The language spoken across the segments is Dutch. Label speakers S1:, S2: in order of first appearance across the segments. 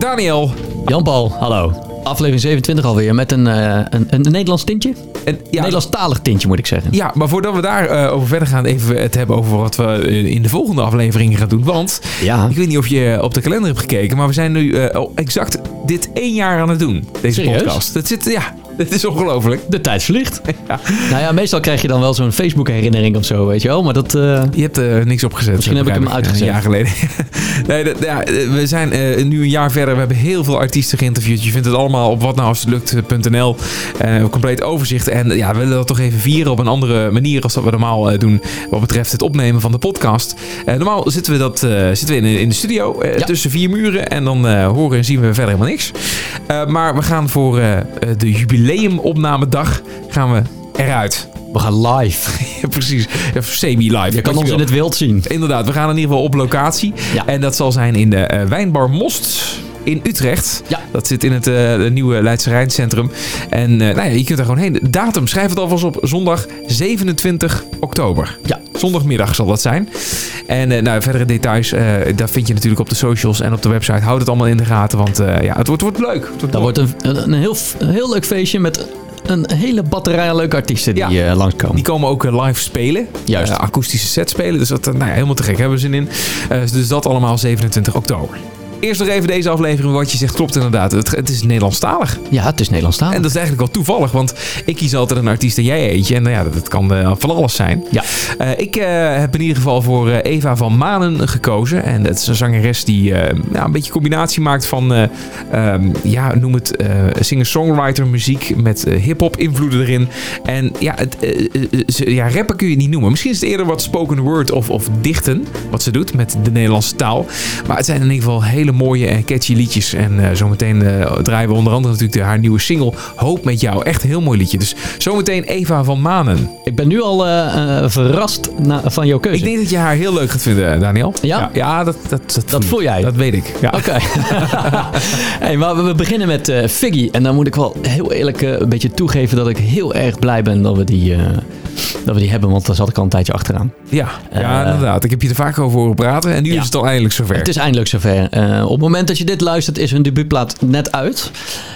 S1: Daniel.
S2: Jan-Paul, hallo. Aflevering 27 alweer met een Nederlands tintje. Nederlandstalig tintje moet ik zeggen.
S1: Ja, maar voordat we daar over verder gaan, even het hebben over wat we in de volgende aflevering gaan doen. Want ik weet niet of je op de kalender hebt gekeken, maar we zijn nu exact dit 1 jaar aan het doen. Deze podcast. Dit is ongelooflijk.
S2: De tijd vliegt. Ja. Nou ja, meestal krijg je dan wel zo'n Facebook herinnering of zo, weet je wel. Maar dat...
S1: Je hebt niks opgezet.
S2: Misschien heb ik hem uitgezet.
S1: Een jaar geleden. We zijn nu een jaar verder. We hebben heel veel artiesten geïnterviewd. Je vindt het allemaal op watnoualshetlukt.nl. Compleet overzicht. En we willen dat toch even vieren op een andere manier als dat we normaal doen. Wat betreft het opnemen van de podcast. Normaal zitten we in de studio. Tussen 4 muren. En dan horen en zien we verder helemaal niks. Maar we gaan voor de jubileumopnamedag gaan we eruit.
S2: We gaan live.
S1: Ja, precies. Semi-live.
S2: Je kan ons in het wild zien.
S1: Inderdaad, we gaan in ieder geval op locatie. Ja. En dat zal zijn in de Wijnbar Most in Utrecht. Ja. Dat zit in het nieuwe Leidse Rijncentrum. En je kunt er gewoon heen. De datum, schrijf het alvast op. Zondag 27 oktober. Ja. Zondagmiddag zal dat zijn. En verdere details, dat vind je natuurlijk op de socials en op de website. Houd het allemaal in de gaten, want het wordt leuk.
S2: Dat wordt een heel leuk feestje met een hele batterij aan leuke artiesten die langskomen.
S1: Die komen ook live spelen. Juist. Akoestische set spelen. Dus dat helemaal te gek. Hebben we zin in. Dus dat allemaal 27 oktober. Eerst nog even deze aflevering. Wat je zegt klopt inderdaad. Het is Nederlandstalig.
S2: Ja, het is Nederlandstalig.
S1: En dat is eigenlijk wel toevallig. Want ik kies altijd een artiest en jij eentje. En dat kan van alles zijn. Ja. Ik heb in ieder geval voor Eva van Manen gekozen. En dat is een zangeres die een beetje combinatie maakt van noem het singer-songwriter muziek met hip-hop invloeden erin. En rappen kun je niet noemen. Misschien is het eerder wat spoken word of dichten wat ze doet met de Nederlandse taal. Maar het zijn in ieder geval hele mooie en catchy liedjes. En zometeen draaien we onder andere natuurlijk haar nieuwe single Hoop met jou. Echt een heel mooi liedje. Dus zometeen Eva van Manen.
S2: Ik ben nu al verrast van jouw keuze.
S1: Ik denk dat je haar heel leuk gaat vinden, Daniel.
S2: Ja?
S1: Ja, dat
S2: voel jij?
S1: Dat weet ik. Ja.
S2: Oké. Hey, maar we beginnen met Figgy. En dan moet ik wel heel eerlijk een beetje toegeven dat ik heel erg blij ben dat we die hebben. Want daar zat ik al een tijdje achteraan. Ja,
S1: inderdaad. Ik heb je er vaak over horen praten. En nu is het al eindelijk zover.
S2: Het is eindelijk zover. Op het moment dat je dit luistert is hun debuutplaat net uit.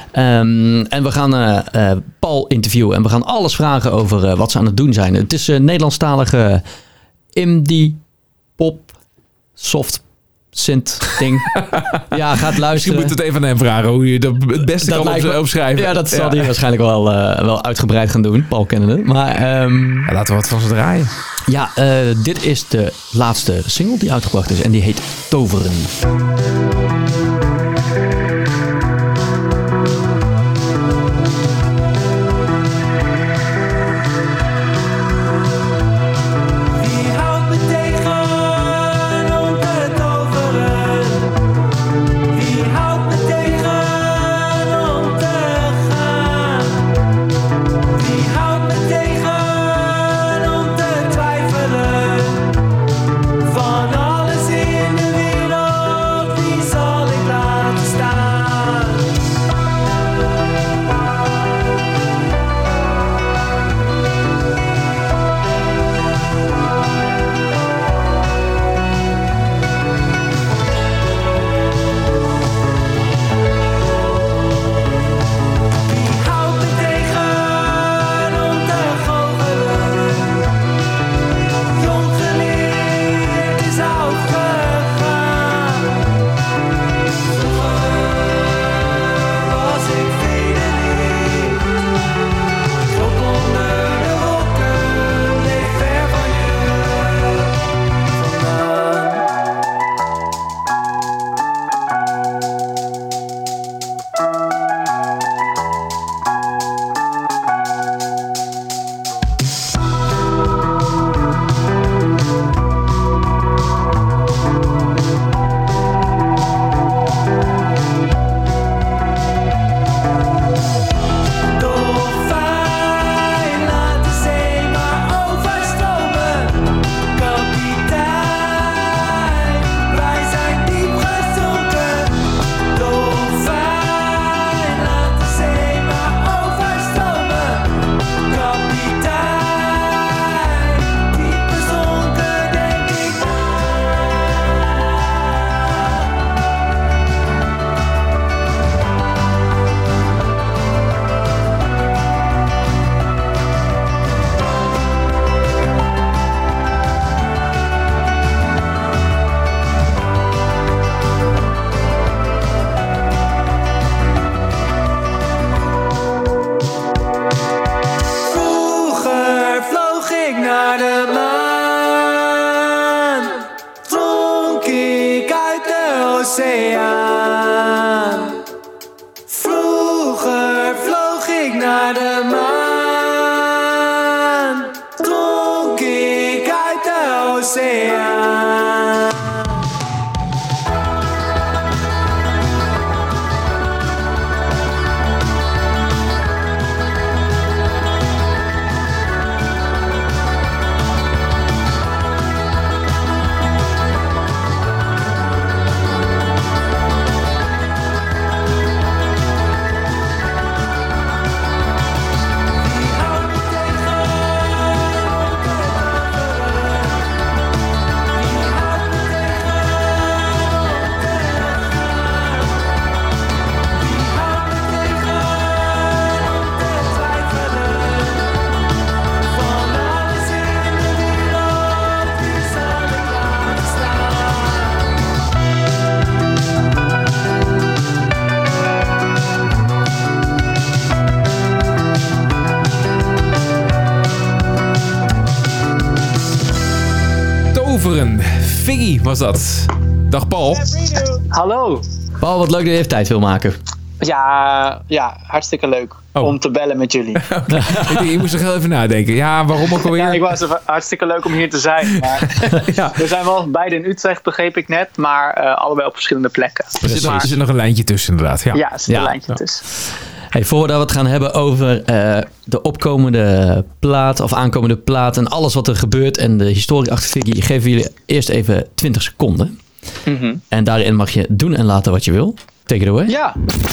S2: En we gaan Paul interviewen. En we gaan alles vragen over wat ze aan het doen zijn. Het is een Nederlandstalige indie pop soft synth ding. Ja, gaat luisteren.
S1: Je moet het even aan hem vragen hoe je dat het beste kan opschrijven.
S2: Ja, dat zal hij waarschijnlijk wel uitgebreid gaan doen. Paul kennende. Maar
S1: laten we wat van ze draaien.
S2: Ja, dit is de laatste single die uitgebracht is. En die heet Toveren.
S3: Van alles in de wereld, wie zal ik laten? oceaan. Vroeger vloog ik naar de maan. Dronk ik uit de oceaan.
S1: Figgy was dat. Dag Paul.
S4: Hallo.
S2: Paul, wat leuk dat je even tijd wil maken.
S4: Ja, hartstikke leuk om te bellen met jullie.
S1: Je moest er heel even nadenken. Ja, waarom ook alweer?
S4: Ja, ik was hartstikke leuk om hier te zijn. Maar we zijn wel beide in Utrecht, begreep ik net, maar allebei op verschillende plekken.
S1: Er zit nog een lijntje tussen, inderdaad.
S4: Ja, er zit een lijntje tussen.
S2: Hey, voordat we het gaan hebben over de opkomende plaat of aankomende plaat en alles wat er gebeurt en de historie achter Figgy, geven jullie eerst even 20 seconden. Mm-hmm. En daarin mag je doen en laten wat je wil. Take it away.
S4: Ja.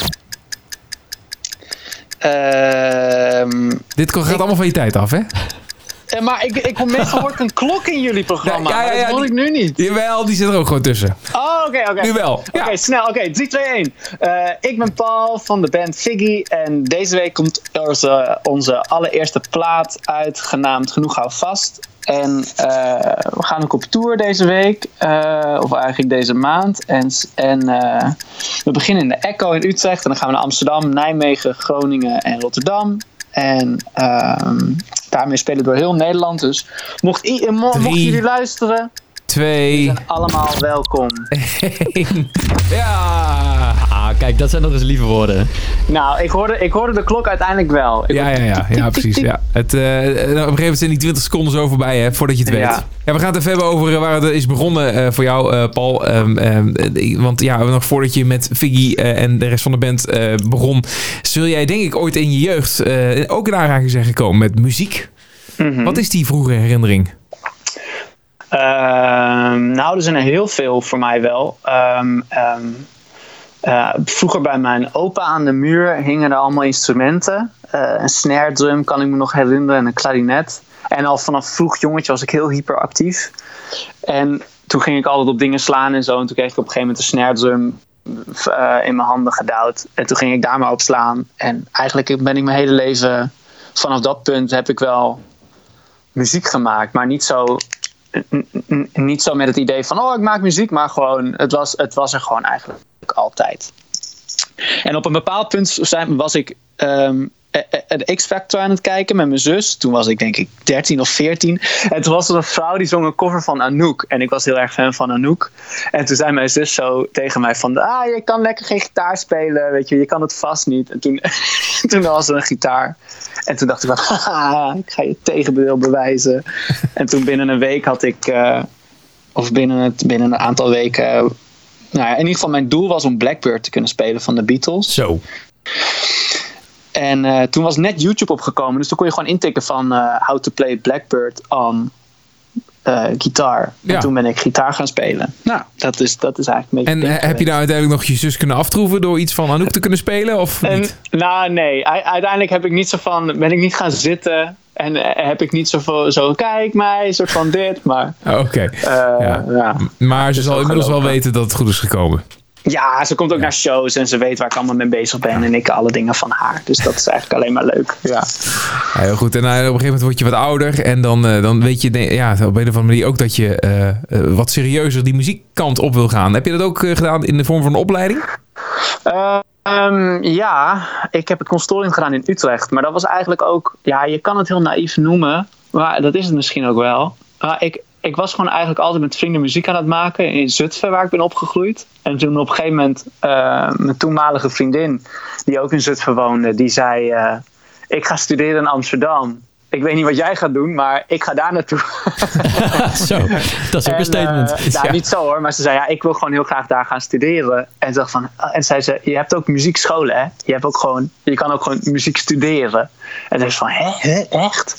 S1: Dit gaat allemaal van je tijd af, hè?
S4: Maar meestal hoor ik een klok in jullie programma. Ja, dat hoor ik nu niet.
S1: Jawel, die zit er ook gewoon tussen.
S4: Oh, oké.
S1: Nu wel.
S4: Oké, snel. Oké, 3, 2, 1. Ik ben Paul van de band Figgy. En deze week komt onze allereerste plaat uit, genaamd Genoeg Hou Vast. En we gaan ook op tour deze week. Of eigenlijk deze maand. En we beginnen in de Echo in Utrecht. En dan gaan we naar Amsterdam, Nijmegen, Groningen en Rotterdam. En daarmee spelen we door heel Nederland. Dus mocht jullie luisteren,
S1: 2.
S4: zijn allemaal welkom.
S1: 1. Ja.
S2: Kijk, dat zijn nog eens lieve woorden.
S4: Nou, ik hoorde de klok uiteindelijk wel.
S1: Ja, precies. Ja. Op een gegeven moment zijn die 20 seconden zo voorbij, hè, voordat je het weet. Ja, we gaan het even hebben over waar het is begonnen voor jou, Paul. Want nog voordat je met Figgy en de rest van de band begon, zul jij denk ik ooit in je jeugd ook in aanraking zijn gekomen met muziek. Mm-hmm. Wat is die vroege herinnering?
S4: Er zijn er heel veel voor mij wel. Vroeger bij mijn opa aan de muur hingen er allemaal instrumenten. Een snare drum kan ik me nog herinneren en een klarinet. En al vanaf vroeg jongetje was ik heel hyperactief. En toen ging ik altijd op dingen slaan en zo. En toen kreeg ik op een gegeven moment een snare drum in mijn handen gedouwd. En toen ging ik daar maar op slaan. En eigenlijk ben ik mijn hele leven, vanaf dat punt heb ik wel muziek gemaakt. Maar niet zo met het idee van ik maak muziek, maar gewoon het was er gewoon eigenlijk altijd. En op een bepaald punt was ik de X-Factor aan het kijken met mijn zus. Toen was ik denk ik 13 of 14. En toen was er een vrouw die zong een cover van Anouk. En ik was heel erg fan van Anouk. En toen zei mijn zus zo tegen mij van, je kan lekker geen gitaar spelen, weet je kan het vast niet. En toen was er een gitaar. En toen dacht ik van, ik ga je tegendeel bewijzen. En toen binnen een week had ik, of binnen een aantal weken, in ieder geval mijn doel was om Blackbird te kunnen spelen van de Beatles.
S1: Zo.
S4: En toen was net YouTube opgekomen. Dus toen kon je gewoon intikken van how to play Blackbird on gitaar. Ja. En toen ben ik gitaar gaan spelen. Nou, dat is eigenlijk een beetje.
S1: En heb je nou uiteindelijk nog je zus kunnen aftroeven door iets van Anouk te kunnen spelen? Of niet?
S4: Nou, nee. Uiteindelijk ben ik niet gaan zitten. En heb ik niet zo kijk mij, soort van dit. Maar,
S1: Oké. Maar ze zal inmiddels wel weten dat het goed is gekomen.
S4: Ja, ze komt ook naar shows en ze weet waar ik allemaal mee bezig ben. En ik alle dingen van haar. Dus dat is eigenlijk alleen maar leuk. Ja,
S1: heel goed. En op een gegeven moment word je wat ouder. En dan weet je op een of andere manier ook dat je wat serieuzer die muziekkant op wil gaan. Heb je dat ook gedaan in de vorm van een opleiding?
S4: Ja, ik heb het consortium gedaan in Utrecht. Maar dat was eigenlijk ook, je kan het heel naïef noemen. Maar dat is het misschien ook wel. Maar ik was gewoon eigenlijk altijd met vrienden muziek aan het maken in Zutphen, waar ik ben opgegroeid. En toen op een gegeven moment mijn toenmalige vriendin, die ook in Zutphen woonde, die zei, ik ga studeren in Amsterdam. Ik weet niet wat jij gaat doen, maar ik ga daar naartoe.
S2: Zo, dat is ook een statement.
S4: Niet zo hoor, maar ze zei, ik wil gewoon heel graag daar gaan studeren. En zei ze, je hebt ook muziekscholen, hè? Je kan ook gewoon muziek studeren. En toen zei ze van, hè, echt?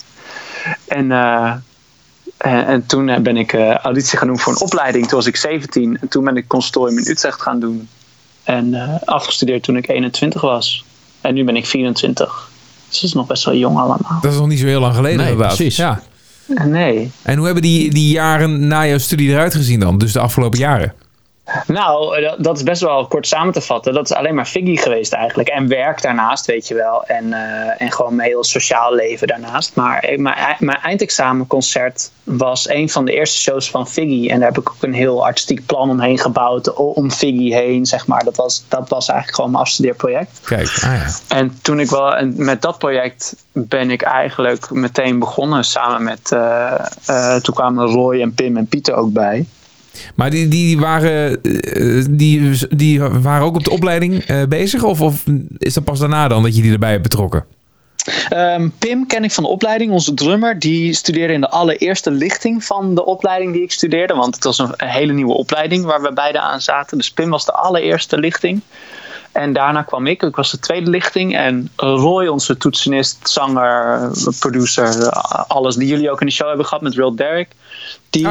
S4: En toen ben ik auditie gaan doen voor een opleiding. Toen was ik 17 en toen ben ik conservatorium in Utrecht gaan doen. En afgestudeerd toen ik 21 was. En nu ben ik 24. Dus dat is nog best wel jong allemaal.
S1: Dat is nog niet zo heel lang geleden inderdaad.
S2: Precies.
S1: Ja.
S4: Nee.
S1: En hoe hebben die jaren na jouw studie eruit gezien dan? Dus de afgelopen jaren?
S4: Nou, dat is best wel kort samen te vatten. Dat is alleen maar Figgy geweest eigenlijk. En werk daarnaast, weet je wel. En gewoon mijn heel sociaal leven daarnaast. Maar mijn eindexamenconcert was een van de eerste shows van Figgy. En daar heb ik ook een heel artistiek plan omheen gebouwd. Om Figgy heen, zeg maar. Dat was eigenlijk gewoon mijn afstudeerproject.
S1: Kijk,
S4: En met dat project ben ik eigenlijk meteen begonnen. Samen met, toen kwamen Roy en Pim en Pieter ook bij.
S1: Maar die waren ook op de opleiding bezig? Of is dat pas daarna dan dat je die erbij hebt betrokken?
S4: Pim ken ik van de opleiding, onze drummer. Die studeerde in de allereerste lichting van de opleiding die ik studeerde. Want het was een hele nieuwe opleiding waar we beide aan zaten. Dus Pim was de allereerste lichting. En daarna kwam ik was de tweede lichting. En Roy, onze toetsenist, zanger, producer, alles die jullie ook in de show hebben gehad met Real Derek. Die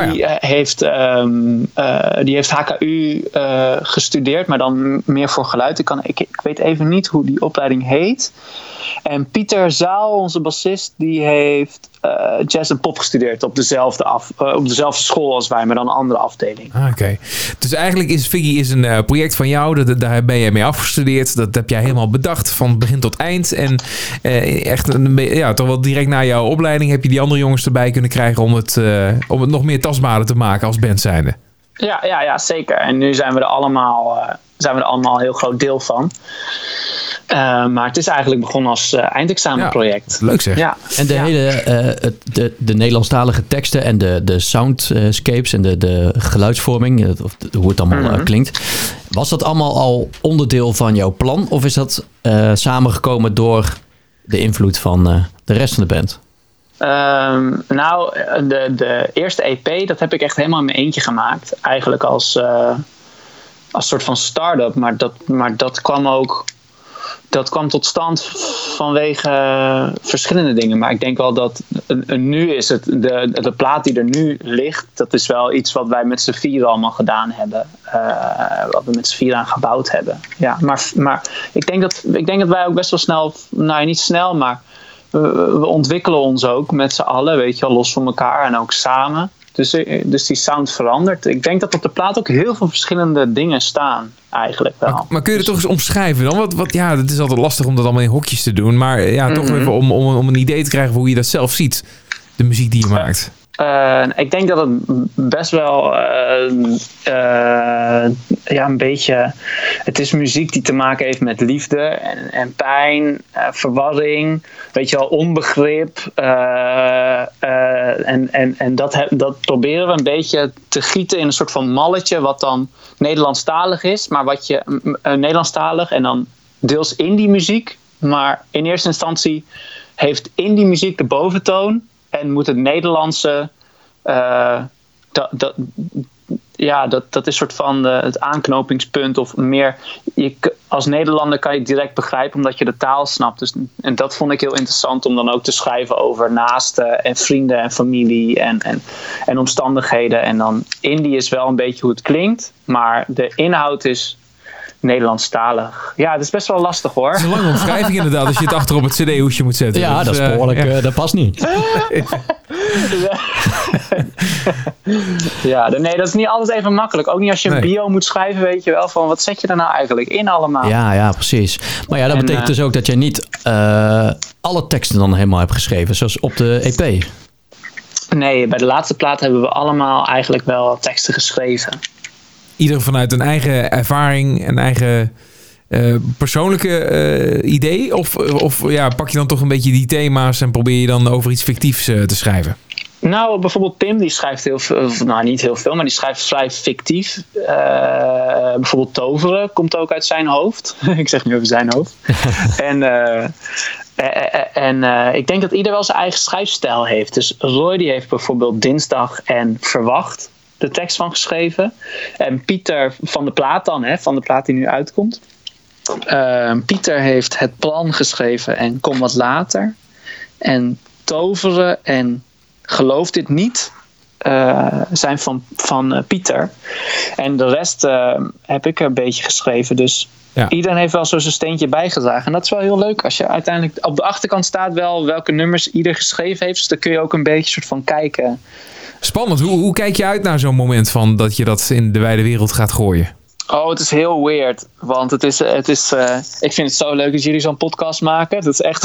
S4: heeft HKU gestudeerd, maar dan meer voor geluid. Ik weet even niet hoe die opleiding heet. En Pieter Zaal, onze bassist, die heeft jazz en pop gestudeerd op dezelfde school als wij, maar dan een andere afdeling.
S1: Oké. Dus eigenlijk is Figgy een project van jou. Daar ben je mee afgestudeerd. Dat heb jij helemaal bedacht van begin tot eind. En echt toch wel direct na jouw opleiding heb je die andere jongens erbij kunnen krijgen om het nog meer tastbaarder te maken als band zijnde.
S4: Ja, zeker. En nu zijn we er allemaal een heel groot deel van. Maar het is eigenlijk begonnen als eindexamenproject.
S1: Ja, leuk zeg.
S4: Ja.
S2: En de Nederlandstalige teksten en de soundscapes en de geluidsvorming, hoe het allemaal klinkt. Was dat allemaal al onderdeel van jouw plan? Of is dat samengekomen door de invloed van de rest van de band?
S4: De eerste EP, dat heb ik echt helemaal in mijn eentje gemaakt. Eigenlijk als soort van start-up. Maar dat kwam tot stand vanwege verschillende dingen. Maar ik denk wel dat nu is het de plaat die er nu ligt, dat is wel iets wat wij met z'n vieren allemaal gedaan hebben. Wat we met z'n vieren aan gebouwd hebben. Ja, maar ik denk dat wij ook best wel snel, niet snel, maar we ontwikkelen ons ook met z'n allen, weet je wel, los van elkaar en ook samen. Dus die sound verandert. Ik denk dat op de plaat ook heel veel verschillende dingen staan, eigenlijk wel.
S1: Maar kun je het toch eens omschrijven dan? Het is altijd lastig om dat allemaal in hokjes te doen. Maar toch even om een idee te krijgen van hoe je dat zelf ziet. De muziek die je maakt.
S4: Ik denk dat het best wel een beetje... Het is muziek die te maken heeft met liefde en pijn, verwarring, weet je wel, onbegrip. En dat proberen we een beetje te gieten in een soort van malletje wat dan Nederlandstalig is. Maar wat je Nederlandstalig en dan deels indie muziek. Maar in eerste instantie heeft indie muziek de boventoon. En moet het Nederlandse... dat is soort van het aanknopingspunt. Of meer... Als Nederlander kan je het direct begrijpen omdat je de taal snapt. Dus, en dat vond ik heel interessant om dan ook te schrijven over naasten en vrienden en familie en omstandigheden. En dan indie is wel een beetje hoe het klinkt. Maar de inhoud is... Nederlandstalig. Ja, dat is best wel lastig hoor.
S1: Het is een lange omschrijving inderdaad als je het achter op het cd-hoesje moet zetten.
S2: Ja, dat is behoorlijk. Dat past niet.
S4: Nee, dat is niet altijd even makkelijk. Ook niet als je een bio moet schrijven, weet je wel, van wat zet je er nou eigenlijk in allemaal.
S2: Ja, precies. Maar ja, dat betekent dus ook dat jij niet alle teksten dan helemaal hebt geschreven, zoals op de EP.
S4: Nee, bij de laatste plaat hebben we allemaal eigenlijk wel teksten geschreven.
S1: Ieder vanuit een eigen ervaring, een eigen persoonlijke idee? Of pak je dan toch een beetje die thema's en probeer je dan over iets fictiefs te schrijven?
S4: Nou, bijvoorbeeld Tim, die schrijft heel veel, nou niet heel veel, maar die schrijft vrij fictief. Bijvoorbeeld Toveren komt ook uit zijn hoofd. Ik zeg nu over zijn hoofd. En ik denk dat ieder wel zijn eigen schrijfstijl heeft. Dus Roy die heeft bijvoorbeeld Dinsdag en Verwacht de tekst van geschreven. En Pieter van de Plaat dan, van de plaat die nu uitkomt. Pieter heeft Het Plan geschreven en Kom Wat Later. En Toveren en Geloof Dit Niet zijn van Pieter. En de rest heb ik een beetje geschreven. Dus iedereen heeft wel zo zijn steentje bijgedragen. En dat is wel heel leuk als je uiteindelijk op de achterkant staat wel welke nummers ieder geschreven heeft. Dus dan kun je ook een beetje soort van kijken.
S1: Spannend. Hoe kijk je uit naar zo'n moment van dat je dat in de wijde wereld gaat gooien?
S4: Oh, het is heel weird. Want het is ik vind het zo leuk dat jullie zo'n podcast maken. Dat is echt...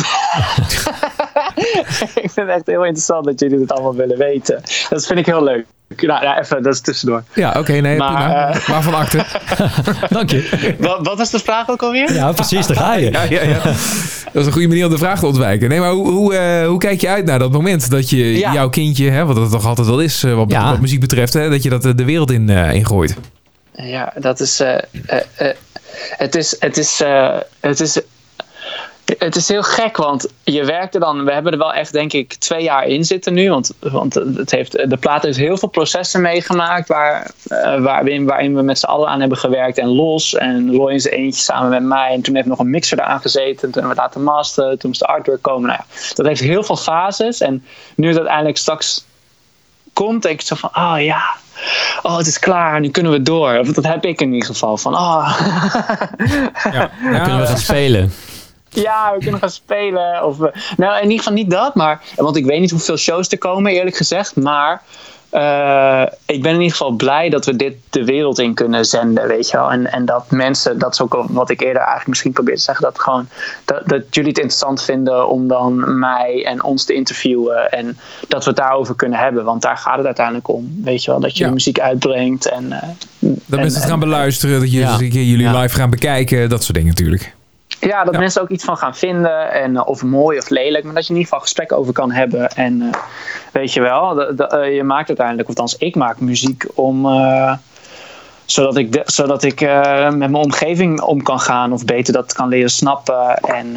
S4: Ik vind het echt heel interessant dat jullie dit allemaal willen weten. Dat vind ik heel leuk. Nou, even, dat is tussendoor.
S1: Ja, oké, nee, maar van akte.
S2: Dank je.
S4: Wat was de vraag ook alweer?
S2: Ja, precies, daar ga je.
S1: Ja. Dat is een goede manier om de vraag te ontwijken. Nee, maar hoe kijk je uit naar dat moment dat je jouw kindje, wat het toch altijd wel is, wat muziek betreft, dat je dat de wereld in gooit?
S4: Ja, dat is... Het is heel gek, want je werkt er dan... We hebben er wel echt, denk ik, 2 jaar in zitten nu. Want de plaat heeft heel veel processen meegemaakt... waarin we met z'n allen aan hebben gewerkt en los. En Roy in zijn eentje samen met mij. En toen heeft nog een mixer eraan gezeten. En toen hebben we het laten masteren. Toen moest de artwork komen. Nou ja, dat heeft heel veel fases. En nu het uiteindelijk straks komt, denk ik zo van... het is klaar, nu kunnen we door. Of dat heb ik in ieder geval. Van,
S2: kunnen we gaan spelen.
S4: Ja, we kunnen gaan spelen. Of nou, in ieder geval niet dat. Maar, want ik weet niet hoeveel shows er komen, eerlijk gezegd. Maar ik ben in ieder geval blij dat we dit de wereld in kunnen zenden, weet je wel. En dat mensen, dat is ook wat ik eerder eigenlijk misschien probeerde te zeggen. Dat jullie het interessant vinden om dan mij en ons te interviewen. En dat we het daarover kunnen hebben. Want daar gaat het uiteindelijk om. Weet je wel, dat je de muziek uitbrengt.
S1: Dat mensen het gaan beluisteren. Dat jullie live gaan bekijken. Dat soort dingen natuurlijk.
S4: Ja, dat mensen ook iets van gaan vinden. En, of mooi of lelijk. Maar dat je in ieder geval gesprek over kan hebben. En weet je wel, je maakt uiteindelijk, of althans ik maak muziek om... zodat ik met mijn omgeving om kan gaan. Of beter dat kan leren snappen.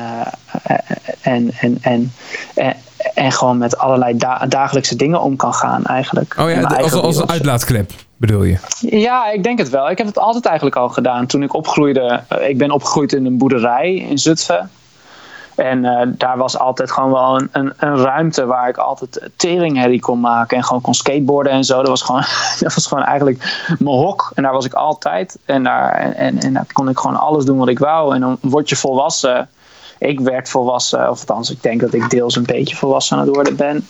S4: En gewoon met allerlei dagelijkse dingen om kan gaan eigenlijk.
S1: Oh ja, als een uitlaatklep bedoel je?
S4: Ja, ik denk het wel. Ik heb het altijd eigenlijk al gedaan. Toen ik opgroeide, ik ben opgegroeid in een boerderij in Zutphen. En daar was altijd gewoon wel een ruimte waar ik altijd teringherrie kon maken. En gewoon kon skateboarden en zo. Dat was gewoon eigenlijk mijn hok. En daar was ik altijd. En daar kon ik gewoon alles doen wat ik wou. En dan word je volwassen. Ik werd volwassen. Of althans, ik denk dat ik deels een beetje volwassen aan het worden ben.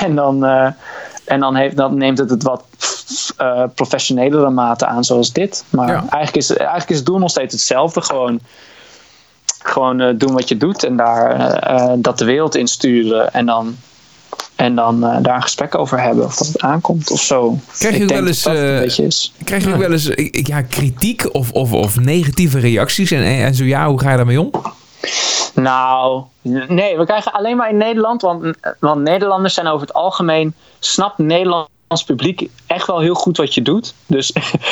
S4: En dan neemt het wat professionelere mate aan zoals dit. Maar eigenlijk is het doel nog steeds hetzelfde. Gewoon doen wat je doet en daar dat de wereld insturen en dan daar een gesprek over hebben of dat het aankomt of zo.
S1: Krijg je ook wel eens kritiek of negatieve reacties en zo ja, hoe ga je daarmee om?
S4: Nou, nee, we krijgen alleen maar in Nederland, want Nederlanders zijn over het algemeen, snapt Nederlands publiek echt wel heel goed wat je doet. Dus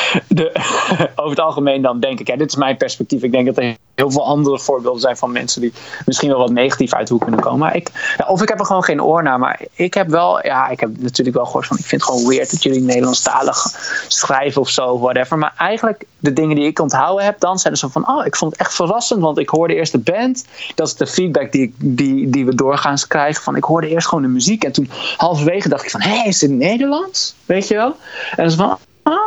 S4: over het algemeen dan denk ik, dit is mijn perspectief. Ik denk dat er heel veel andere voorbeelden zijn van mensen die misschien wel wat negatief uit de hoek kunnen komen. Maar ik heb er gewoon geen oor naar. Maar ik heb natuurlijk wel gehoord van, ik vind het gewoon weird dat jullie Nederlandstalig schrijven of zo, whatever. Maar eigenlijk de dingen die ik onthouden heb dan, zijn er zo van, ik vond het echt verrassend, want ik hoorde eerst de band. Dat is de feedback die we doorgaans krijgen. Van, ik hoorde eerst gewoon de muziek en toen halverwege dacht ik van, is dit Nederlands? Weet je wel? En dan is van,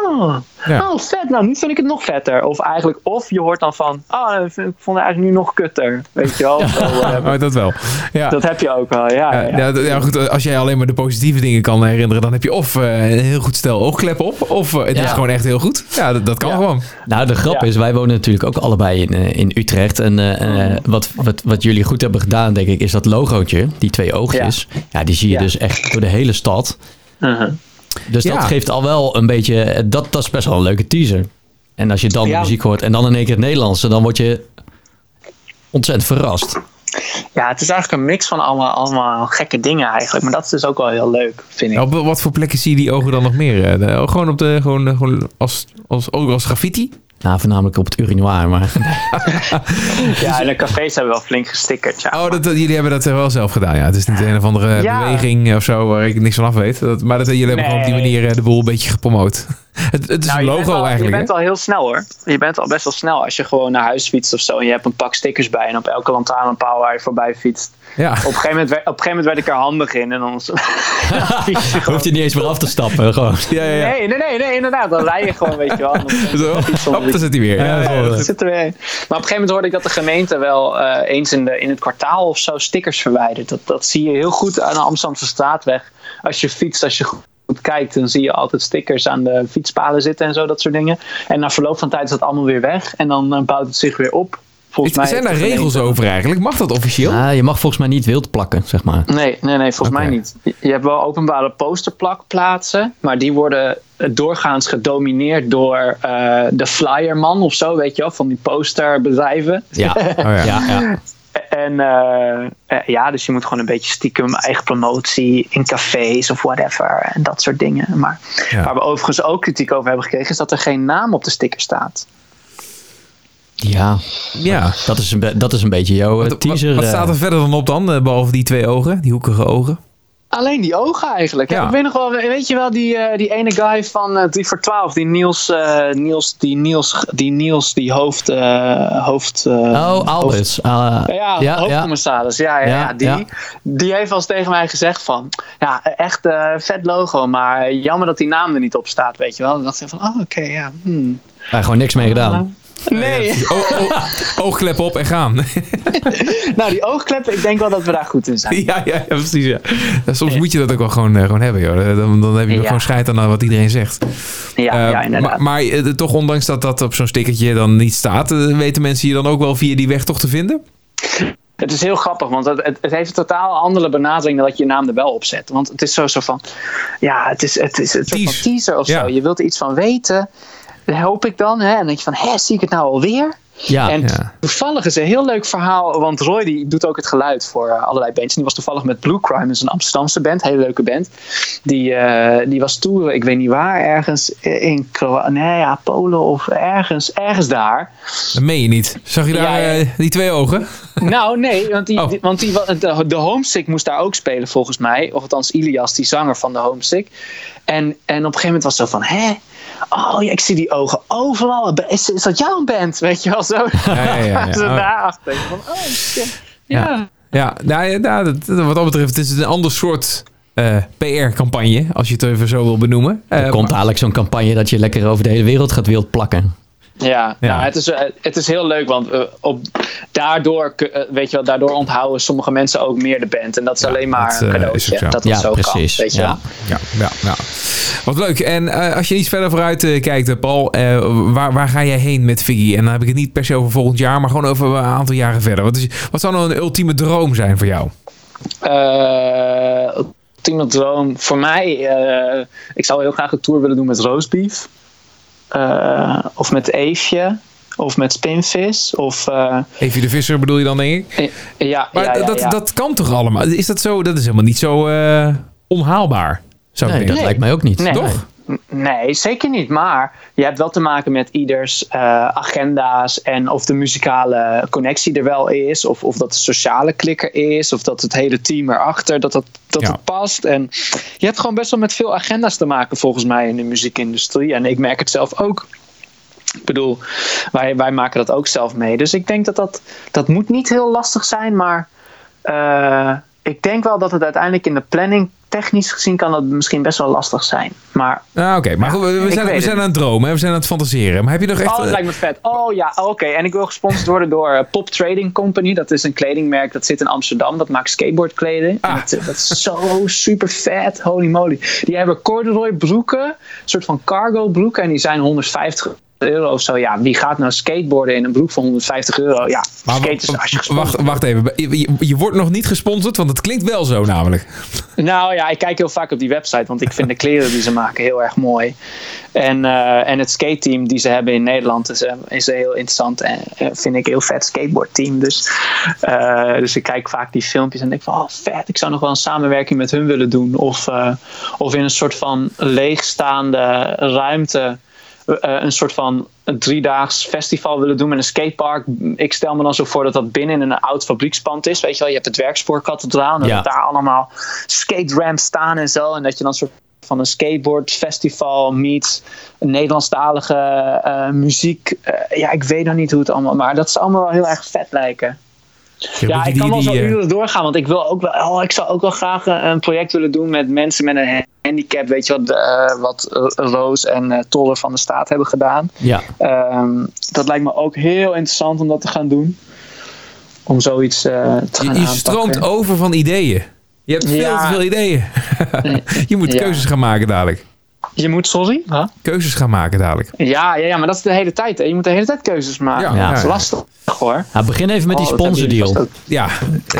S4: vet. Nou, nu vind ik het nog vetter. Of je hoort dan van, ik vond het eigenlijk nu nog kutter. Weet je wel?
S1: Dat wel. Ja.
S4: Dat heb je ook wel, ja.
S1: Goed, als jij alleen maar de positieve dingen kan herinneren, dan heb je of een heel goed stel oogklep op, of het is gewoon echt heel goed. Ja, dat kan gewoon.
S2: Nou, de grap is, wij wonen natuurlijk ook allebei in Utrecht. En wat jullie goed hebben gedaan, denk ik, is dat logootje, die 2 oogjes. Ja, die zie je dus echt door de hele stad. Dus dat geeft al wel een beetje... Dat is best wel een leuke teaser. En als je dan de muziek hoort en dan in één keer het Nederlandse, dan word je ontzettend verrast.
S4: Ja, het is eigenlijk een mix van allemaal gekke dingen eigenlijk. Maar dat is dus ook wel heel leuk, vind ik.
S1: Op wat voor plekken zie je die ogen dan nog meer? Gewoon op de gewoon als graffiti?
S2: Nou, voornamelijk op het urinoir, maar...
S4: Ja, en de cafés hebben wel flink gestickerd, ja.
S1: Oh, jullie hebben dat wel zelf gedaan, ja. Het is niet een of andere beweging of zo waar ik niks van af weet. Maar jullie hebben gewoon op die manier de boel een beetje gepromoot. Het is een logo eigenlijk.
S4: Je bent al heel snel, hoor. Je bent al best wel snel als je gewoon naar huis fietst of zo. En je hebt een pak stickers bij en op elke lantaarnpaal waar je voorbij fietst. Ja. Op een gegeven moment werd ik er handig in. En dan
S2: hoeft je niet eens meer af te stappen, gewoon.
S4: Ja. Nee, inderdaad. Dan rij je gewoon, weet je wel.
S1: Daar zit hij weer.
S4: Dat zit er weer. Maar op een gegeven moment hoorde ik dat de gemeente wel eens in het kwartaal of zo stickers verwijdert. Dat zie je heel goed aan de Amsterdamse straatweg. Als je fietst, als je goed kijkt, dan zie je altijd stickers aan de fietspalen zitten en zo, dat soort dingen. En na verloop van tijd is dat allemaal weer weg. En dan bouwt het zich weer op.
S1: Zijn daar regels over eigenlijk? Mag dat officieel?
S2: Ja, je mag volgens mij niet wild plakken, zeg maar.
S4: Nee, volgens mij niet. Je hebt wel openbare posterplakplaatsen, maar die worden doorgaans gedomineerd door de flyerman of zo, weet je wel, van die posterbedrijven.
S2: Ja, ja.
S4: En dus je moet gewoon een beetje stiekem eigen promotie in cafés of whatever en dat soort dingen. Maar waar we overigens ook kritiek over hebben gekregen is dat er geen naam op de sticker staat.
S2: Ja. Dat is een beetje jouw teaser.
S1: Wat staat er verder dan op dan, behalve die 2 ogen, die hoekige ogen?
S4: Alleen die ogen eigenlijk. Ja. Ik weet nog wel, weet je wel, die ene guy van 3 voor 12, die Niels, die hoofd...
S2: Albers.
S4: Hoofdcommissaris. Die heeft al eens tegen mij gezegd van, ja, echt vet logo, maar jammer dat die naam er niet op staat, weet je wel. Dan dacht ik van,
S2: Ja, gewoon niks mee gedaan.
S4: Nee.
S1: Oogklep op en gaan.
S4: Nou, die oogkleppen, ik denk wel dat we daar goed in zijn.
S1: Ja, precies. Ja. Soms moet je dat ook wel gewoon hebben, joh. Dan heb je gewoon scheid aan wat iedereen zegt.
S4: Ja, inderdaad.
S1: Maar toch, ondanks dat op zo'n stickertje dan niet staat, weten mensen je dan ook wel via die weg toch te vinden?
S4: Het is heel grappig, want het heeft een totaal andere benadering dan dat je je naam er wel op zet. Want het is zo van, ja, het is een soort van teaser of zo. Je wilt er iets van weten. Dat hoop ik dan. Hè? En dan denk je van, zie ik het nou alweer? Toevallig is een heel leuk verhaal. Want Roy die doet ook het geluid voor allerlei bands. En die was toevallig met Blue Crime. Dat is een Amsterdamse band. Hele leuke band. Die was toeren, ik weet niet waar. Ergens in Polen of ergens daar.
S1: Dat meen je niet. Zag je daar die 2 ogen?
S4: Nou, nee. Want de Homesick moest daar ook spelen volgens mij. Of althans Ilias, die zanger van de Homesick. En op een gegeven moment was het zo van, oh ja, ik zie die ogen overal. Is dat jouw band? Weet je wel zo? Ja. Zo daarachter. Van, oh shit. Ja.
S1: Wat dat betreft het is een ander soort PR-campagne, als je het even zo wil benoemen.
S2: Er komt eigenlijk zo'n campagne dat je lekker over de hele wereld gaat wild plakken.
S4: Ja. Nou, het is heel leuk, want daardoor onthouden sommige mensen ook meer de band. En dat is alleen maar een cadeautje. Dat het zo
S2: precies.
S4: Kan, weet je wel.
S1: Ja. Wat leuk. En als je iets verder vooruit kijkt, Paul, waar ga jij heen met Figgy? En dan heb ik het niet per se over volgend jaar, maar gewoon over een aantal jaren verder. Wat zou nou een ultieme droom zijn voor jou?
S4: Ultieme droom voor mij, ik zou heel graag een tour willen doen met Roastbeef. Of met Eefje. Of met Spinvis.
S1: Eefje de Visser bedoel je dan, denk ik?
S4: Ja.
S1: Dat kan toch allemaal? Is dat zo? Dat is helemaal niet zo onhaalbaar.
S2: Dat lijkt mij ook niet.
S4: Nee,
S1: toch?
S4: Nee, zeker niet. Maar je hebt wel te maken met ieders agenda's. En of de muzikale connectie er wel is. Of dat de sociale klikker is. Of dat het hele team erachter, dat het past. En je hebt gewoon best wel met veel agenda's te maken volgens mij in de muziekindustrie. En ik merk het zelf ook. Ik bedoel, wij maken dat ook zelf mee. Dus ik denk dat moet niet heel lastig zijn. Maar ik denk wel dat het uiteindelijk in de planning, technisch gezien, kan dat misschien best wel lastig zijn. Maar
S1: oké. Maar goed, we zijn aan het dromen, we zijn aan het fantaseren. Maar heb je nog echt...
S4: Oh, dat lijkt me vet. Oh ja, oké. En ik wil gesponsord worden door Pop Trading Company. Dat is een kledingmerk dat zit in Amsterdam. Dat maakt skateboardkleding. Dat is zo super vet. Holy moly. Die hebben corduroy broeken. Een soort van cargo broeken. En die zijn €150 euro of zo. Ja, wie gaat nou skateboarden in een broek van €150? Ja,
S1: Maar
S4: skaters als je gesponsord
S1: wacht even. Je wordt nog niet gesponsord, want het klinkt wel zo namelijk.
S4: Nou ja, ik kijk heel vaak op die website, want ik vind de kleren die ze maken heel erg mooi. En het skateteam die ze hebben in Nederland is heel interessant en vind ik een heel vet skateboardteam. Dus ik kijk vaak die filmpjes en denk van, vet, ik zou nog wel een samenwerking met hun willen doen. Of in een soort van leegstaande ruimte een soort van een 3-daags festival willen doen met een skatepark. Ik stel me dan zo voor dat dat binnen in een oud fabriekspand is. Weet je wel, je hebt het werkspoorkathedraal en dat daar allemaal skate ramps staan en zo. En dat je dan soort van een skateboardfestival meets Nederlandstalige muziek. Ik weet nog niet hoe het allemaal, maar dat is allemaal wel heel erg vet lijken. Ja, ik kan wel zo uren doorgaan, want ik zou ook wel graag een project willen doen met mensen met een handicap, weet je wat Roos en Toller van de Staat hebben gedaan.
S2: Ja.
S4: Dat lijkt me ook heel interessant om dat te gaan doen. Om zoiets te gaan aanpakken.
S1: Je stroomt over van ideeën. Je hebt veel te veel ideeën. Je moet keuzes gaan maken dadelijk.
S4: Je moet, sorry? Huh?
S1: Keuzes gaan maken dadelijk.
S4: Ja, maar dat is de hele tijd. Hè. Je moet de hele tijd keuzes maken.
S2: Ja.
S4: Dat is lastig hoor.
S2: Begin even met die sponsordeal.
S1: Ja.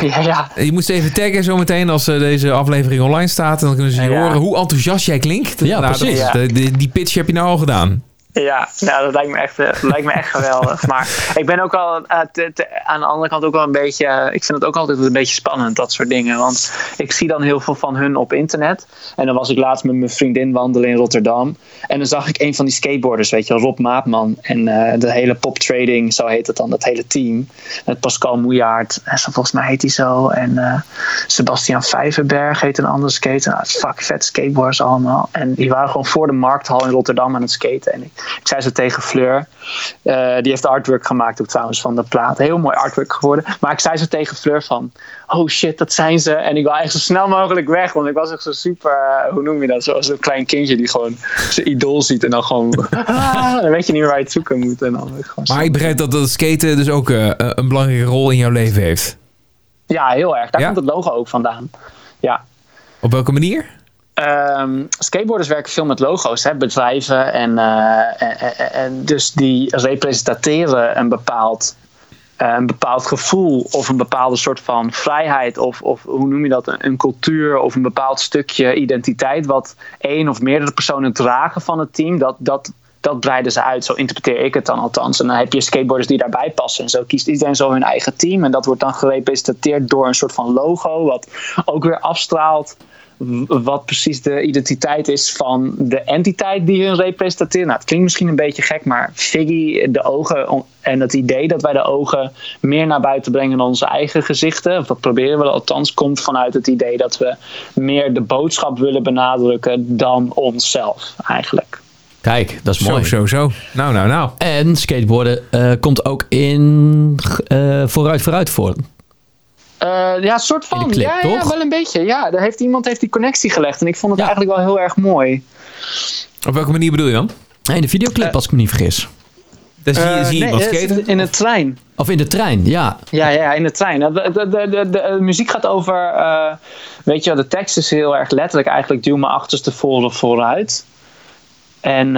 S1: Je moet ze even taggen zometeen als deze aflevering online staat. En dan kunnen ze horen hoe enthousiast jij klinkt.
S2: Ja, precies.
S1: Die pitch heb je nou al gedaan.
S4: Ja, nou, dat lijkt me echt geweldig. Maar ik ben ook al aan de andere kant ook wel een beetje... Ik vind het ook altijd een beetje spannend, dat soort dingen. Want ik zie dan heel veel van hun op internet. En dan was ik laatst met mijn vriendin wandelen in Rotterdam. En dan zag ik een van die skateboarders, weet je wel, Rob Maatman. En de hele Pop Trading, zo heet het dan, dat hele team. Met Pascal Mouillard, en volgens mij heet hij zo. En Sebastian Vijverberg heet een andere skater. Nou, fuck vet skateboarders allemaal. En die waren gewoon voor de Markthal in Rotterdam aan het skaten. En ik zei zo tegen Fleur, die heeft de artwork gemaakt ook trouwens van de plaat. Heel mooi artwork geworden. Maar ik zei zo tegen Fleur van, oh shit, dat zijn ze. En ik wil echt zo snel mogelijk weg. Want ik was echt zo super, hoe noem je dat? Zoals een klein kindje die gewoon zijn idool ziet. En dan gewoon, dan weet je niet meer waar je het zoeken moet. En dan
S1: maar ik begrijp dat skaten dus ook een belangrijke rol in jouw leven heeft.
S4: Ja, heel erg. Daar komt het logo ook vandaan. Ja.
S1: Op welke manier?
S4: Skateboarders werken veel met logo's, hè, bedrijven en dus die representeren een bepaald gevoel of een bepaalde soort van vrijheid of hoe noem je dat, een cultuur of een bepaald stukje identiteit wat één of meerdere personen dragen van het team, dat breiden ze uit. Zo interpreteer ik het dan althans. En dan heb je skateboarders die daarbij passen. En zo kiest iedereen zo hun eigen team. En dat wordt dan gerepresenteerd door een soort van logo wat ook weer afstraalt wat precies de identiteit is van de entiteit die hun representeren. Nou, het klinkt misschien een beetje gek, maar Figgy, de ogen en het idee dat wij de ogen meer naar buiten brengen dan onze eigen gezichten, of dat proberen we althans, komt vanuit het idee dat we meer de boodschap willen benadrukken dan onszelf eigenlijk.
S2: Kijk, dat is mooi.
S1: Zo. Nou.
S2: En skateboarden komt ook in vooruit voor.
S4: Ja, een soort van.
S2: Clip,
S4: ja,
S2: toch?
S4: Wel een beetje. Ja, iemand heeft die connectie gelegd. En ik vond het eigenlijk wel heel erg mooi.
S1: Op welke manier bedoel je dan?
S2: In de videoclip, als ik me niet vergeet.
S1: Dus zie je iemand skaten?
S4: In de trein.
S2: Of in de trein, ja.
S4: Ja, in de trein. De muziek gaat over... weet je wel, de tekst is heel erg letterlijk eigenlijk... duw mijn achterste voren vooruit. En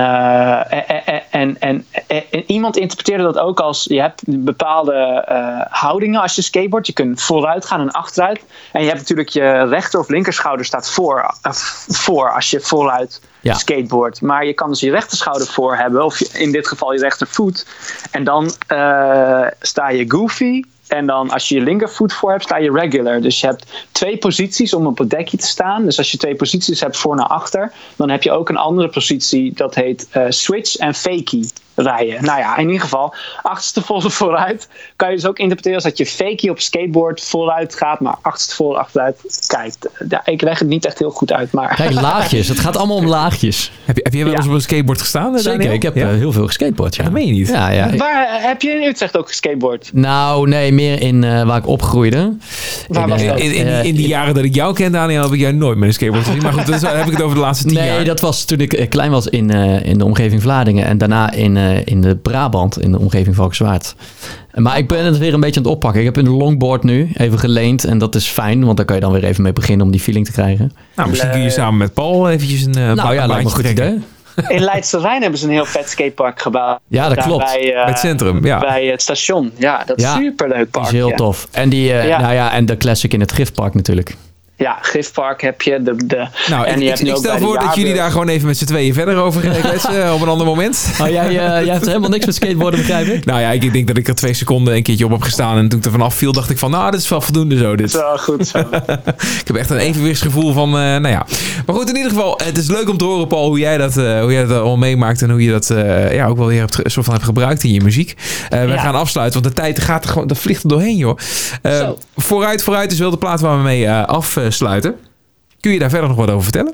S4: iemand interpreteerde dat ook als... je hebt bepaalde houdingen als je skateboardt. Je kunt vooruit gaan en achteruit. En je hebt natuurlijk je rechter of linkerschouder staat voor als je vooruit skateboardt. Maar je kan dus je rechterschouder voor hebben. Of in dit geval je rechtervoet. En dan sta je goofy. En dan als je je linkervoet voor hebt, sta je regular. Dus je hebt 2 posities om op het dekje te staan. Dus als je 2 posities hebt voor naar achter, dan heb je ook een andere positie. Dat heet switch en fakie rijden. Nou ja, in ieder geval, achterste voren vooruit. Kan je dus ook interpreteren als dat je fakie op skateboard vooruit gaat, maar achterste voren achteruit kijkt. Ik leg het niet echt heel goed uit, maar...
S2: Kijk, laagjes. Het gaat allemaal om laagjes.
S1: Heb je wel eens op een skateboard gestaan,
S2: Zeker,
S1: Daniel?
S2: ik heb heel veel geskateboard, ja.
S1: Dat meen je niet?
S2: Ja.
S4: Waar heb je in Utrecht ook geskateboard?
S2: Nou, nee, meer in waar ik opgroeide.
S4: Waar was dat?
S1: In die jaren dat ik jou ken, Daniel, heb ik jou nooit met een skateboard gezien. Maar goed, dan heb ik het over de laatste 10 jaar.
S2: Nee, dat was toen ik klein was in de omgeving Vlaardingen. En daarna in de Brabant, in de omgeving Valkenswaard. Maar ik ben het weer een beetje aan het oppakken. Ik heb een longboard nu even geleend. En dat is fijn, want daar kan je dan weer even mee beginnen om die feeling te krijgen.
S1: Nou, misschien kun je samen met Paul eventjes een
S2: lijkt me een goed idee.
S4: In Leidse Rijn hebben ze een heel vet skatepark gebouwd.
S2: Ja, dat
S4: Daar
S2: klopt.
S4: Bij
S1: het centrum, ja.
S4: Bij het station. Ja, dat is
S2: Ja,
S4: een superleuk park.
S2: Dat is heel tof. En en de classic in het Griftpark natuurlijk.
S4: Ja, Griftpark heb je.
S1: Nou,
S4: en je hebt nu
S1: ik
S4: ook
S1: stel
S4: bij de
S1: voor dat jullie
S4: jaarbeurs.
S1: daar gewoon even met z'n tweeën verder over gaan kletsen op een ander moment.
S2: Oh, jij hebt helemaal niks met skateboarden, begrijp ik?
S1: Nou ja, ik denk dat ik er 2 seconden een keertje op heb gestaan. En toen ik er vanaf viel, dacht ik van, nou, dit is wel voldoende zo. Dit.
S4: Zo, goed zo.
S1: Ik heb echt een evenwichtsgevoel van, nou ja. Maar goed, in ieder geval, het is leuk om te horen, Paul, hoe jij dat allemaal meemaakt. En hoe je dat ook wel weer soort van hebt gebruikt in je muziek. We gaan afsluiten, want de tijd gaat er gewoon, dat vliegt er doorheen, joh. Vooruit is wel de plaat waar we mee afsluiten. Kun je daar verder nog wat over vertellen?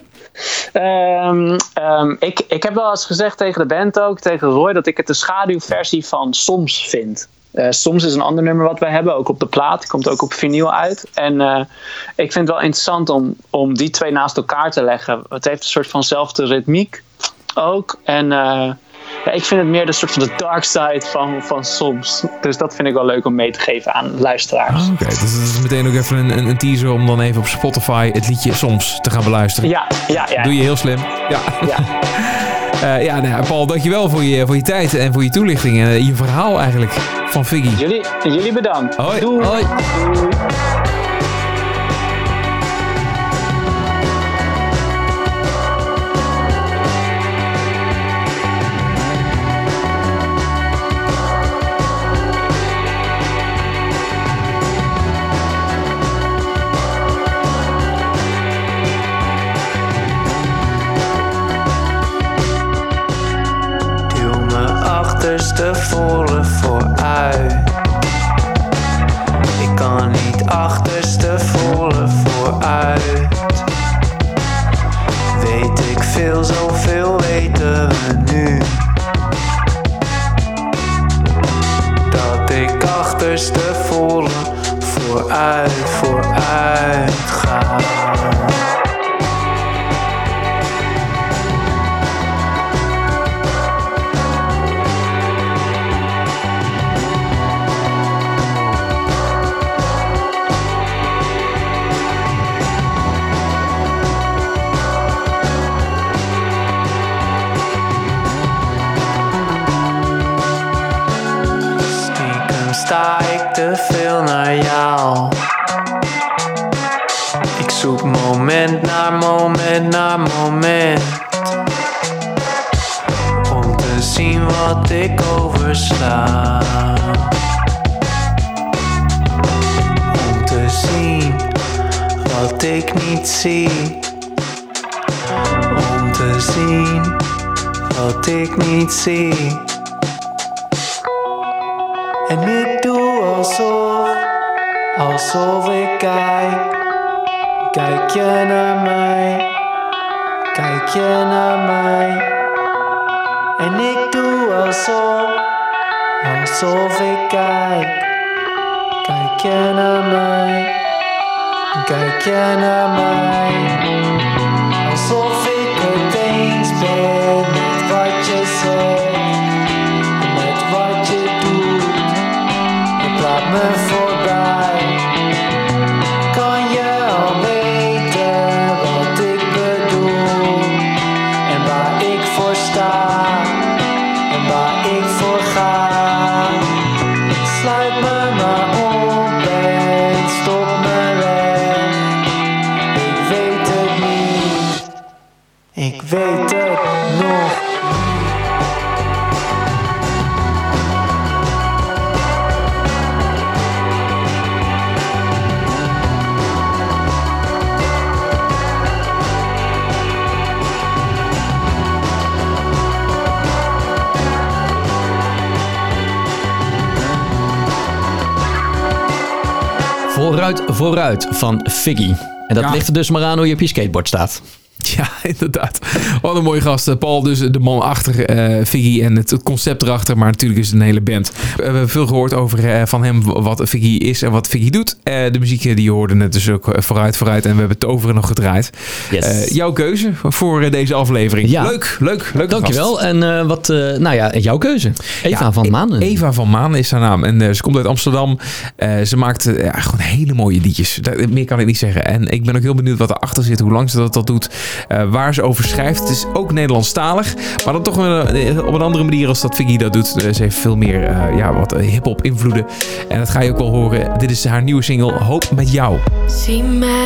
S4: Ik heb wel eens gezegd tegen de band ook, tegen Roy, dat ik het de schaduwversie van Soms vind. Soms is een ander nummer wat wij hebben, ook op de plaat. Komt ook op vinyl uit. En ik vind het wel interessant om die twee naast elkaar te leggen. Het heeft een soort vanzelfde ritmiek ook. En ik vind het meer de soort van de dark side van Soms. Dus dat vind ik wel leuk om mee te geven aan luisteraars.
S1: Oké, dus dat is meteen ook even een teaser om dan even op Spotify het liedje Soms te gaan beluisteren.
S4: Ja.
S1: Doe je heel slim. Ja. Paul, dankjewel voor je tijd en voor je toelichting en je verhaal eigenlijk van Figgy.
S4: Jullie bedankt.
S1: Hoi.
S4: Doei.
S2: Hoi.
S3: Achterstevoren vooruit. Ik kan niet achterstevoren vooruit. Weet ik veel, zoveel weten we nu. Dat ik achterstevoren vooruit ga. Sta ik te veel naar jou. Ik zoek moment naar moment naar moment. Om te zien wat ik oversla. Om te zien wat ik niet zie. Om te zien wat ik niet zie. En ik doe alsof ik kijk. Kijk je naar mij, kijk je naar mij. En ik doe alsof ik kijk. Kijk je naar mij, kijk je naar mij. Alsof ik het eens ben met wat je zegt. Met wat je doet. Laat me voorbij. Kan je al weten wat ik bedoel? En waar ik voor sta. En waar ik voor ga. Sluit me maar op en stop me weg. Ik weet het niet. Ik weet het nog.
S2: Vooruit van Figgy. En dat ligt er dus maar aan hoe je op je skateboard staat.
S1: Ja, inderdaad. Wat een mooie gast. Paul, dus de man achter Figgy en het concept erachter. Maar natuurlijk is het een hele band. We hebben veel gehoord over van hem wat Figgy is en wat Figgy doet. De muziek die je hoorde net dus ook vooruit. En we hebben het overen nog gedraaid.
S2: Yes.
S1: Jouw keuze voor deze aflevering.
S2: Ja.
S1: Leuk.
S2: Dankjewel. En jouw keuze. Eva van Maan.
S1: Eva van Maan is haar naam. En ze komt uit Amsterdam. Ze maakt gewoon hele mooie liedjes. Meer kan ik niet zeggen. En ik ben ook heel benieuwd wat erachter zit. Hoe lang ze dat doet. waar ze over schrijft. Het is ook Nederlandstalig, maar dan toch op een andere manier als dat Vicky dat doet. Ze heeft veel meer wat hip-hop invloeden. En dat ga je ook wel horen. Dit is haar nieuwe single, Hoop met jou.
S5: Zie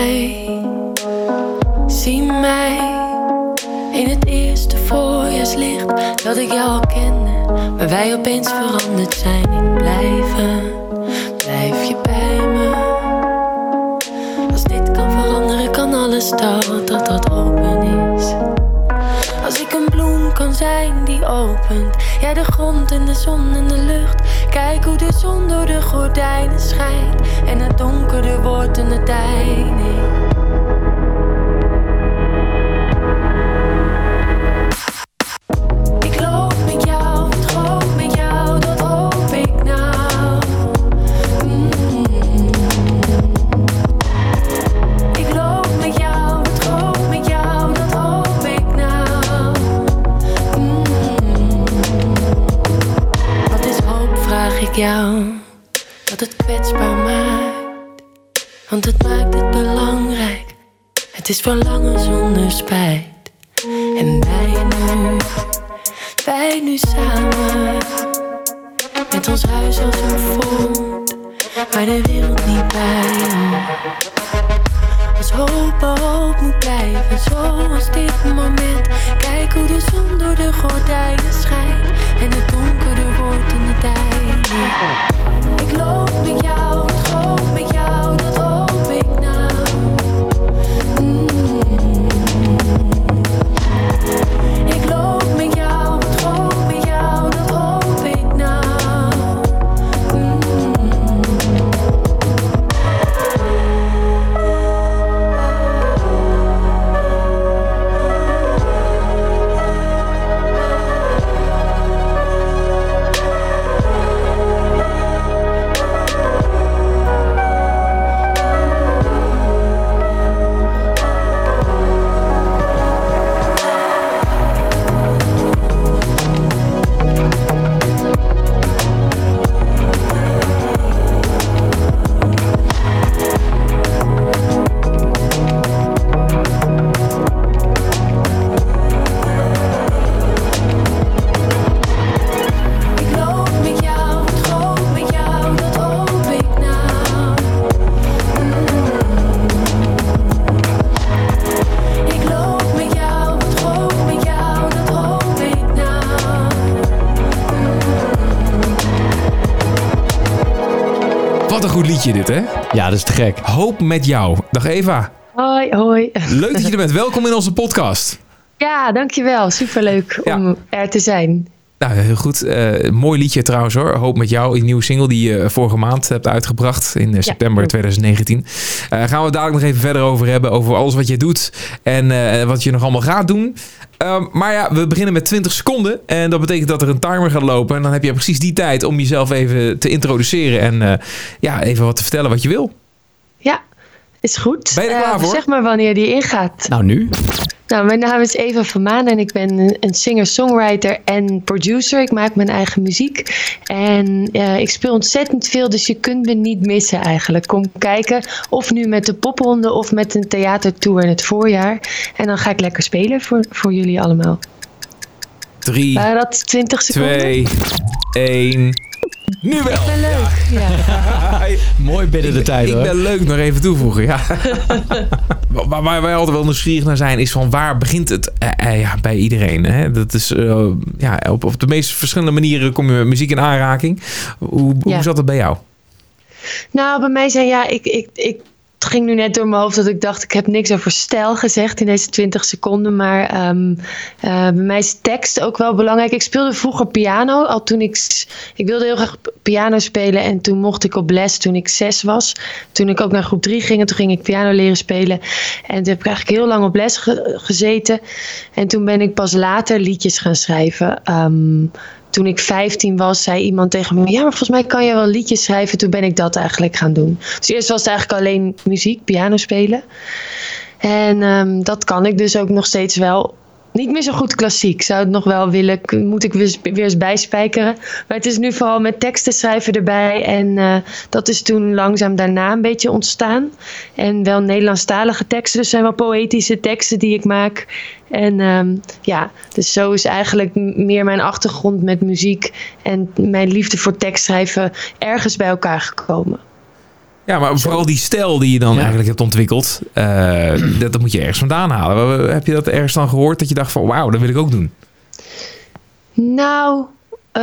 S5: mij in het eerste voorjaarslicht dat ik jou al kende, maar wij opeens veranderd zijn. Ik blijf je bij me. Als dit kan veranderen, kan alles dat open is. Als ik een bloem kan zijn die opent, ja, de grond en de zon en de lucht. Kijk hoe de zon door de gordijnen schijnt en het donkerder wordt in de tijding. Jou, dat het kwetsbaar maakt, want het maakt het belangrijk. Het is verlangen zonder spijt. En wij nu samen, met ons huis als een fort, waar de wereld niet bij hoort. Als hoop moet blijven, zoals dit moment. Kijk hoe de zon door de gordijnen schijnt en het donkerder wordt in de tijd. Ik loop met jou, ik loop met jou, dat hoop ik nou. Ik loop met jou, ik loop met jou, dat hoop ik nou.
S1: Wat een goed liedje dit, hè?
S2: Ja, dat is te gek.
S1: Hoop met jou. Dag Eva.
S6: Hoi.
S1: Leuk dat je er bent. Welkom in onze podcast.
S6: Ja, dankjewel. Superleuk om er te zijn.
S1: Nou, heel goed. Mooi liedje trouwens hoor. Hoop met jou. Een nieuwe single die je vorige maand hebt uitgebracht. In september 2019. Gaan we het dadelijk nog even verder over hebben. Over alles wat je doet. En wat je nog allemaal gaat doen. Maar ja, we beginnen met 20 seconden. En dat betekent dat er een timer gaat lopen. En dan heb je precies die tijd om jezelf even te introduceren. En even wat te vertellen wat je wil.
S6: Ja, is goed.
S1: Ben je er klaar voor?
S6: Zeg maar wanneer die ingaat.
S2: Nou, nu?
S6: Nou, mijn naam is Eva van Maan en ik ben een singer-songwriter en producer. Ik maak mijn eigen muziek. En ik speel ontzettend veel, dus je kunt me niet missen eigenlijk. Kom kijken, of nu met de popronde of met een theatertour in het voorjaar. En dan ga ik lekker spelen voor jullie allemaal.
S1: 3,
S6: waren dat 20 seconden?
S1: 2, 1... Nu wel!
S6: Ik ben leuk. Ja.
S2: Mooi binnen de tijd, hoor.
S1: Ik ben leuk nog even toevoegen, ja. Waar wij altijd wel nieuwsgierig naar zijn, is van waar begint het bij iedereen? Hè? Dat is op de meest verschillende manieren kom je met muziek in aanraking. Hoe zat het bij jou?
S6: Nou, bij mij het ging nu net door mijn hoofd dat ik dacht, ik heb niks over stijl gezegd in deze 20 seconden. Maar bij mij is tekst ook wel belangrijk. Ik speelde vroeger piano. Al toen ik wilde heel graag piano spelen. En toen mocht ik op les toen ik 6 was. Toen ik ook naar groep 3 ging. En toen ging ik piano leren spelen. En toen heb ik eigenlijk heel lang op les gezeten. En toen ben ik pas later liedjes gaan schrijven. Toen ik 15 was, zei iemand tegen me, ja, maar volgens mij kan je wel liedjes schrijven. Toen ben ik dat eigenlijk gaan doen. Dus eerst was het eigenlijk alleen muziek, piano spelen. En dat kan ik dus ook nog steeds wel. Niet meer zo goed klassiek. Ik zou het nog wel willen. Moet ik weer eens bijspijkeren. Maar het is nu vooral met teksten schrijven erbij. En dat is toen langzaam daarna een beetje ontstaan. En wel Nederlandstalige teksten. Dus zijn wel poëtische teksten die ik maak. En dus zo is eigenlijk meer mijn achtergrond met muziek en mijn liefde voor tekstschrijven ergens bij elkaar gekomen.
S1: Ja, maar vooral die stijl die je dan eigenlijk hebt ontwikkeld, dat moet je ergens vandaan halen. Heb je dat ergens dan gehoord dat je dacht van wauw, dat wil ik ook doen?
S6: Nou,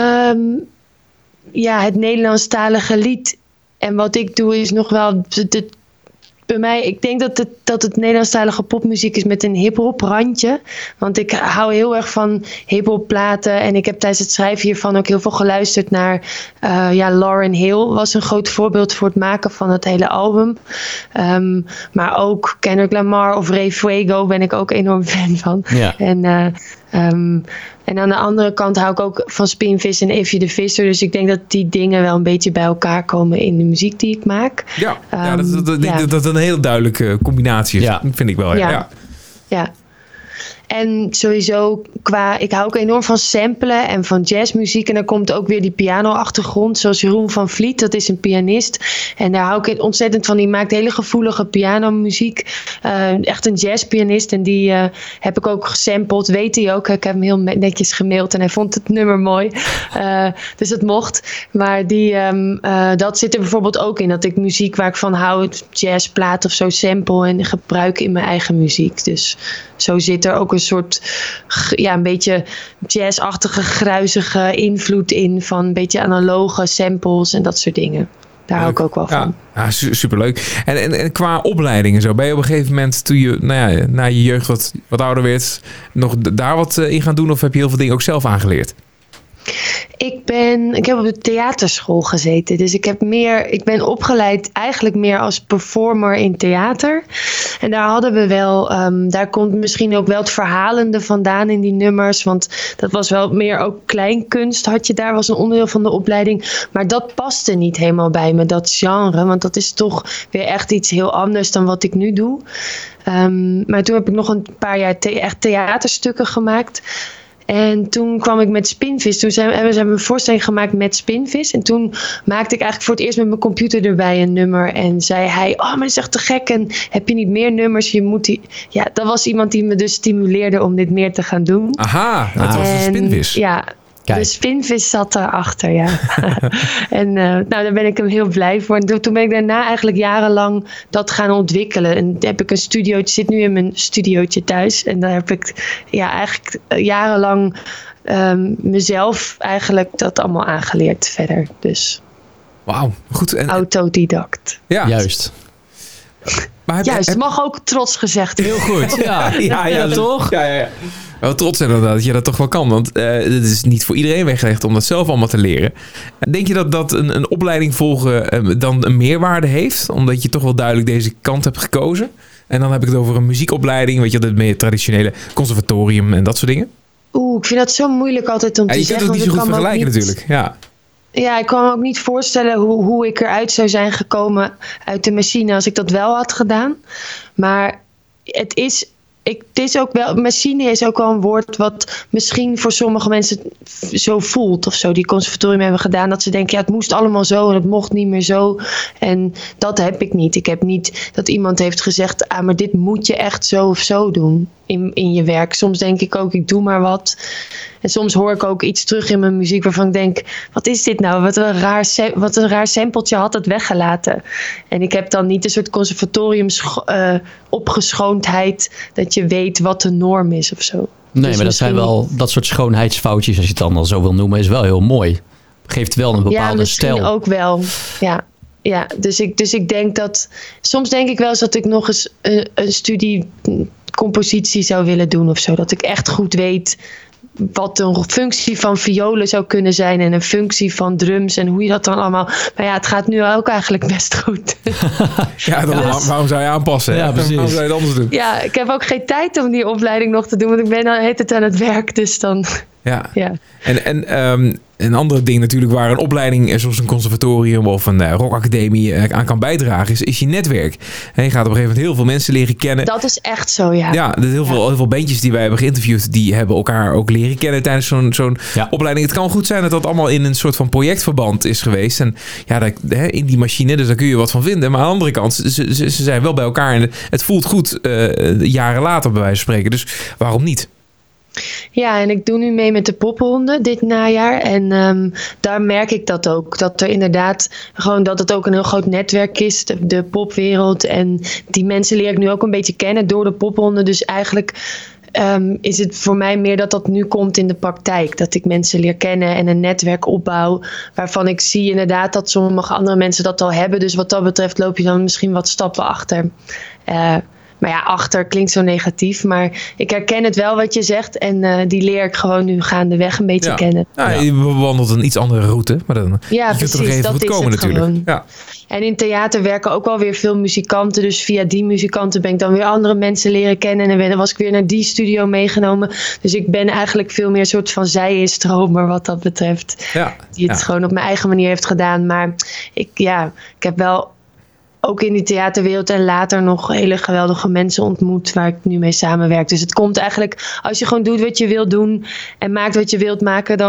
S6: het Nederlandstalige lied. En wat ik doe is nog wel bij mij, ik denk dat het Nederlandstalige popmuziek is met een hip-hop randje. Want ik hou heel erg van hip-hop platen. En ik heb tijdens het schrijven hiervan ook heel veel geluisterd naar Lauryn Hill was een groot voorbeeld voor het maken van het hele album. Maar ook Kendrick Lamar of Ray Fuego ben ik ook enorm fan van. Ja. En aan de andere kant hou ik ook van Spinvis en Ifje de Visser. Dus ik denk dat die dingen wel een beetje bij elkaar komen in de muziek die ik maak.
S1: Dat een hele duidelijke combinatie is, vind ik wel.
S6: Ja. En sowieso ik hou ook enorm van samplen en van jazzmuziek. En dan komt ook weer die piano-achtergrond. Zoals Jeroen van Vliet, dat is een pianist. En daar hou ik ontzettend van. Die maakt hele gevoelige pianomuziek. Echt een jazzpianist. En die heb ik ook gesampled. Weet hij ook. Ik heb hem heel netjes gemaild. En hij vond het nummer mooi. Dus het mocht. Maar dat zit er bijvoorbeeld ook in. Dat ik muziek waar ik van hou, jazzplaat of zo, sample en gebruik in mijn eigen muziek. Dus zo zit er ook een soort, een beetje jazzachtige, gruizige invloed in van een beetje analoge samples en dat soort dingen. Daar hou ik ook wel van.
S1: Ja, superleuk. En qua opleiding en zo, ben je op een gegeven moment toen je na je jeugd wat ouder werd, nog daar wat in gaan doen of heb je heel veel dingen ook zelf aangeleerd?
S6: Ik heb op de theaterschool gezeten. Dus ik ben opgeleid eigenlijk meer als performer in theater. En daar hadden we wel, daar komt misschien ook wel het verhalende vandaan in die nummers. Want dat was wel meer ook kleinkunst had je daar, was een onderdeel van de opleiding. Maar dat paste niet helemaal bij me, dat genre. Want dat is toch weer echt iets heel anders dan wat ik nu doe. Maar toen heb ik nog een paar jaar echt theaterstukken gemaakt. En toen kwam ik met Spinvis. Toen hebben we een voorstelling gemaakt met Spinvis. En toen maakte ik eigenlijk voor het eerst met mijn computer erbij een nummer. En zei hij, maar dat is echt te gek. En heb je niet meer nummers? Je moet die... Ja, dat was iemand die me dus stimuleerde om dit meer te gaan doen.
S1: Aha, dat was de Spinvis.
S6: Ja, de Spinvis zat daarachter, ja. En daar ben ik hem heel blij voor. En toen ben ik daarna eigenlijk jarenlang dat gaan ontwikkelen. En heb ik een studiootje, ik zit nu in mijn studiootje thuis. En daar heb ik eigenlijk jarenlang mezelf eigenlijk dat allemaal aangeleerd verder. Dus
S1: wauw, goed. En
S6: autodidact.
S1: Ja,
S2: juist.
S1: Maar
S6: het mag ook trots gezegd.
S2: Heel goed. Ja, toch?
S1: Ja. Wel trots zijn dat je dat toch wel kan. Want het is niet voor iedereen weggelegd om dat zelf allemaal te leren. Denk je dat een opleiding volgen dan een meerwaarde heeft? Omdat je toch wel duidelijk deze kant hebt gekozen. En dan heb ik het over een muziekopleiding. Weet je, het meer traditionele conservatorium en dat soort dingen.
S6: Ik vind dat zo moeilijk altijd om te zeggen.
S1: Je kunt het niet zo goed vergelijken natuurlijk.
S6: Ja, ik kan me ook niet voorstellen hoe ik eruit zou zijn gekomen uit de machine als ik dat wel had gedaan. Maar het is ook wel, machine is ook wel een woord wat misschien voor sommige mensen zo voelt of zo, die conservatorium hebben gedaan, dat ze denken, het moest allemaal zo en het mocht niet meer zo. En dat heb ik niet. Ik heb niet dat iemand heeft gezegd, maar dit moet je echt zo of zo doen in je werk. Soms denk ik ook, ik doe maar wat. En soms hoor ik ook iets terug in mijn muziek waarvan ik denk, wat is dit nou? Wat een raar sampletje had het weggelaten. En ik heb dan niet een soort conservatorium opgeschoondheid dat je weet wat de norm is of zo.
S2: Nee, dus maar dat zijn wel dat soort schoonheidsfoutjes, als je het dan al zo wil noemen, is wel heel mooi. Geeft wel een bepaalde stijl.
S6: Ja, misschien ook wel. Ja, dus ik denk dat, soms denk ik wel eens dat ik nog eens een studie compositie zou willen doen of zo. Dat ik echt goed weet wat een functie van violen zou kunnen zijn en een functie van drums en hoe je dat dan allemaal... Maar het gaat nu ook eigenlijk best goed.
S1: Waarom zou je aanpassen?
S2: Ja, precies.
S1: Waarom zou je het anders doen?
S6: Ja, ik heb ook geen tijd om die opleiding nog te doen, want ik ben al heet het aan het werk, dus dan...
S1: Ja. En een ander ding natuurlijk waar een opleiding zoals een conservatorium of een rockacademie aan kan bijdragen, is je netwerk. En je gaat op een gegeven moment heel veel mensen leren kennen.
S6: Dat is echt zo, ja.
S1: Ja, heel veel bandjes die wij hebben geïnterviewd, die hebben elkaar ook leren kennen tijdens zo'n opleiding. Het kan goed zijn dat dat allemaal in een soort van projectverband is geweest. En ja, in die machine, dus daar kun je wat van vinden. Maar aan de andere kant, ze zijn wel bij elkaar en het voelt goed jaren later bij wijze van spreken. Dus waarom niet?
S6: Ja, en ik doe nu mee met de popronde dit najaar. En daar merk ik dat ook. Dat er inderdaad gewoon dat het ook een heel groot netwerk is. De popwereld. En die mensen leer ik nu ook een beetje kennen door de popronde. Dus eigenlijk is het voor mij meer dat nu komt in de praktijk. Dat ik mensen leer kennen en een netwerk opbouw. Waarvan ik zie inderdaad dat sommige andere mensen dat al hebben. Dus wat dat betreft loop je dan misschien wat stappen achter. Maar ja, achter klinkt zo negatief. Maar ik herken het wel wat je zegt. En die leer ik gewoon nu gaandeweg een beetje kennen.
S1: Ja, je bewandelt een iets andere route. Maar dan
S6: ja,
S1: je
S6: precies,
S1: kunt er nog even
S6: dat
S1: goed komen natuurlijk.
S6: Gewoon.
S1: Ja.
S6: En in theater werken ook wel weer veel muzikanten. Dus via die muzikanten ben ik dan weer andere mensen leren kennen. En dan was ik weer naar die studio meegenomen. Dus ik ben eigenlijk veel meer een soort van zij-instromer wat dat betreft.
S1: Ja.
S6: Die het gewoon op mijn eigen manier heeft gedaan. Maar ik heb wel ook in die theaterwereld en later nog hele geweldige mensen ontmoet waar ik nu mee samenwerk. Dus het komt eigenlijk, als je gewoon doet wat je wilt doen en maakt wat je wilt maken,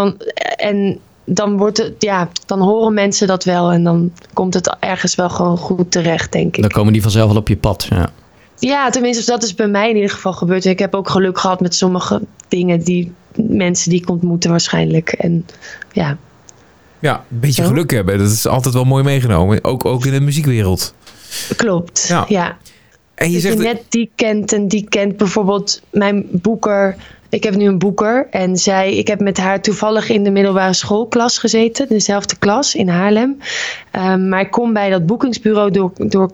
S6: dan wordt het, dan horen mensen dat wel en dan komt het ergens wel gewoon goed terecht, denk ik.
S2: Dan komen die vanzelf wel op je pad, ja.
S6: Ja, tenminste, dat is bij mij in ieder geval gebeurd. Ik heb ook geluk gehad met sommige dingen mensen die ik ontmoette waarschijnlijk. En ja.
S1: Ja, een beetje geluk hebben. Dat is altijd wel mooi meegenomen. Ook in de muziekwereld.
S6: Klopt, ja.
S1: En je zegt
S6: net die kent en die kent bijvoorbeeld mijn boeker. Ik heb nu een boeker en ik heb met haar toevallig in de middelbare schoolklas gezeten. Dezelfde klas in Haarlem. Maar ik kom bij dat boekingsbureau door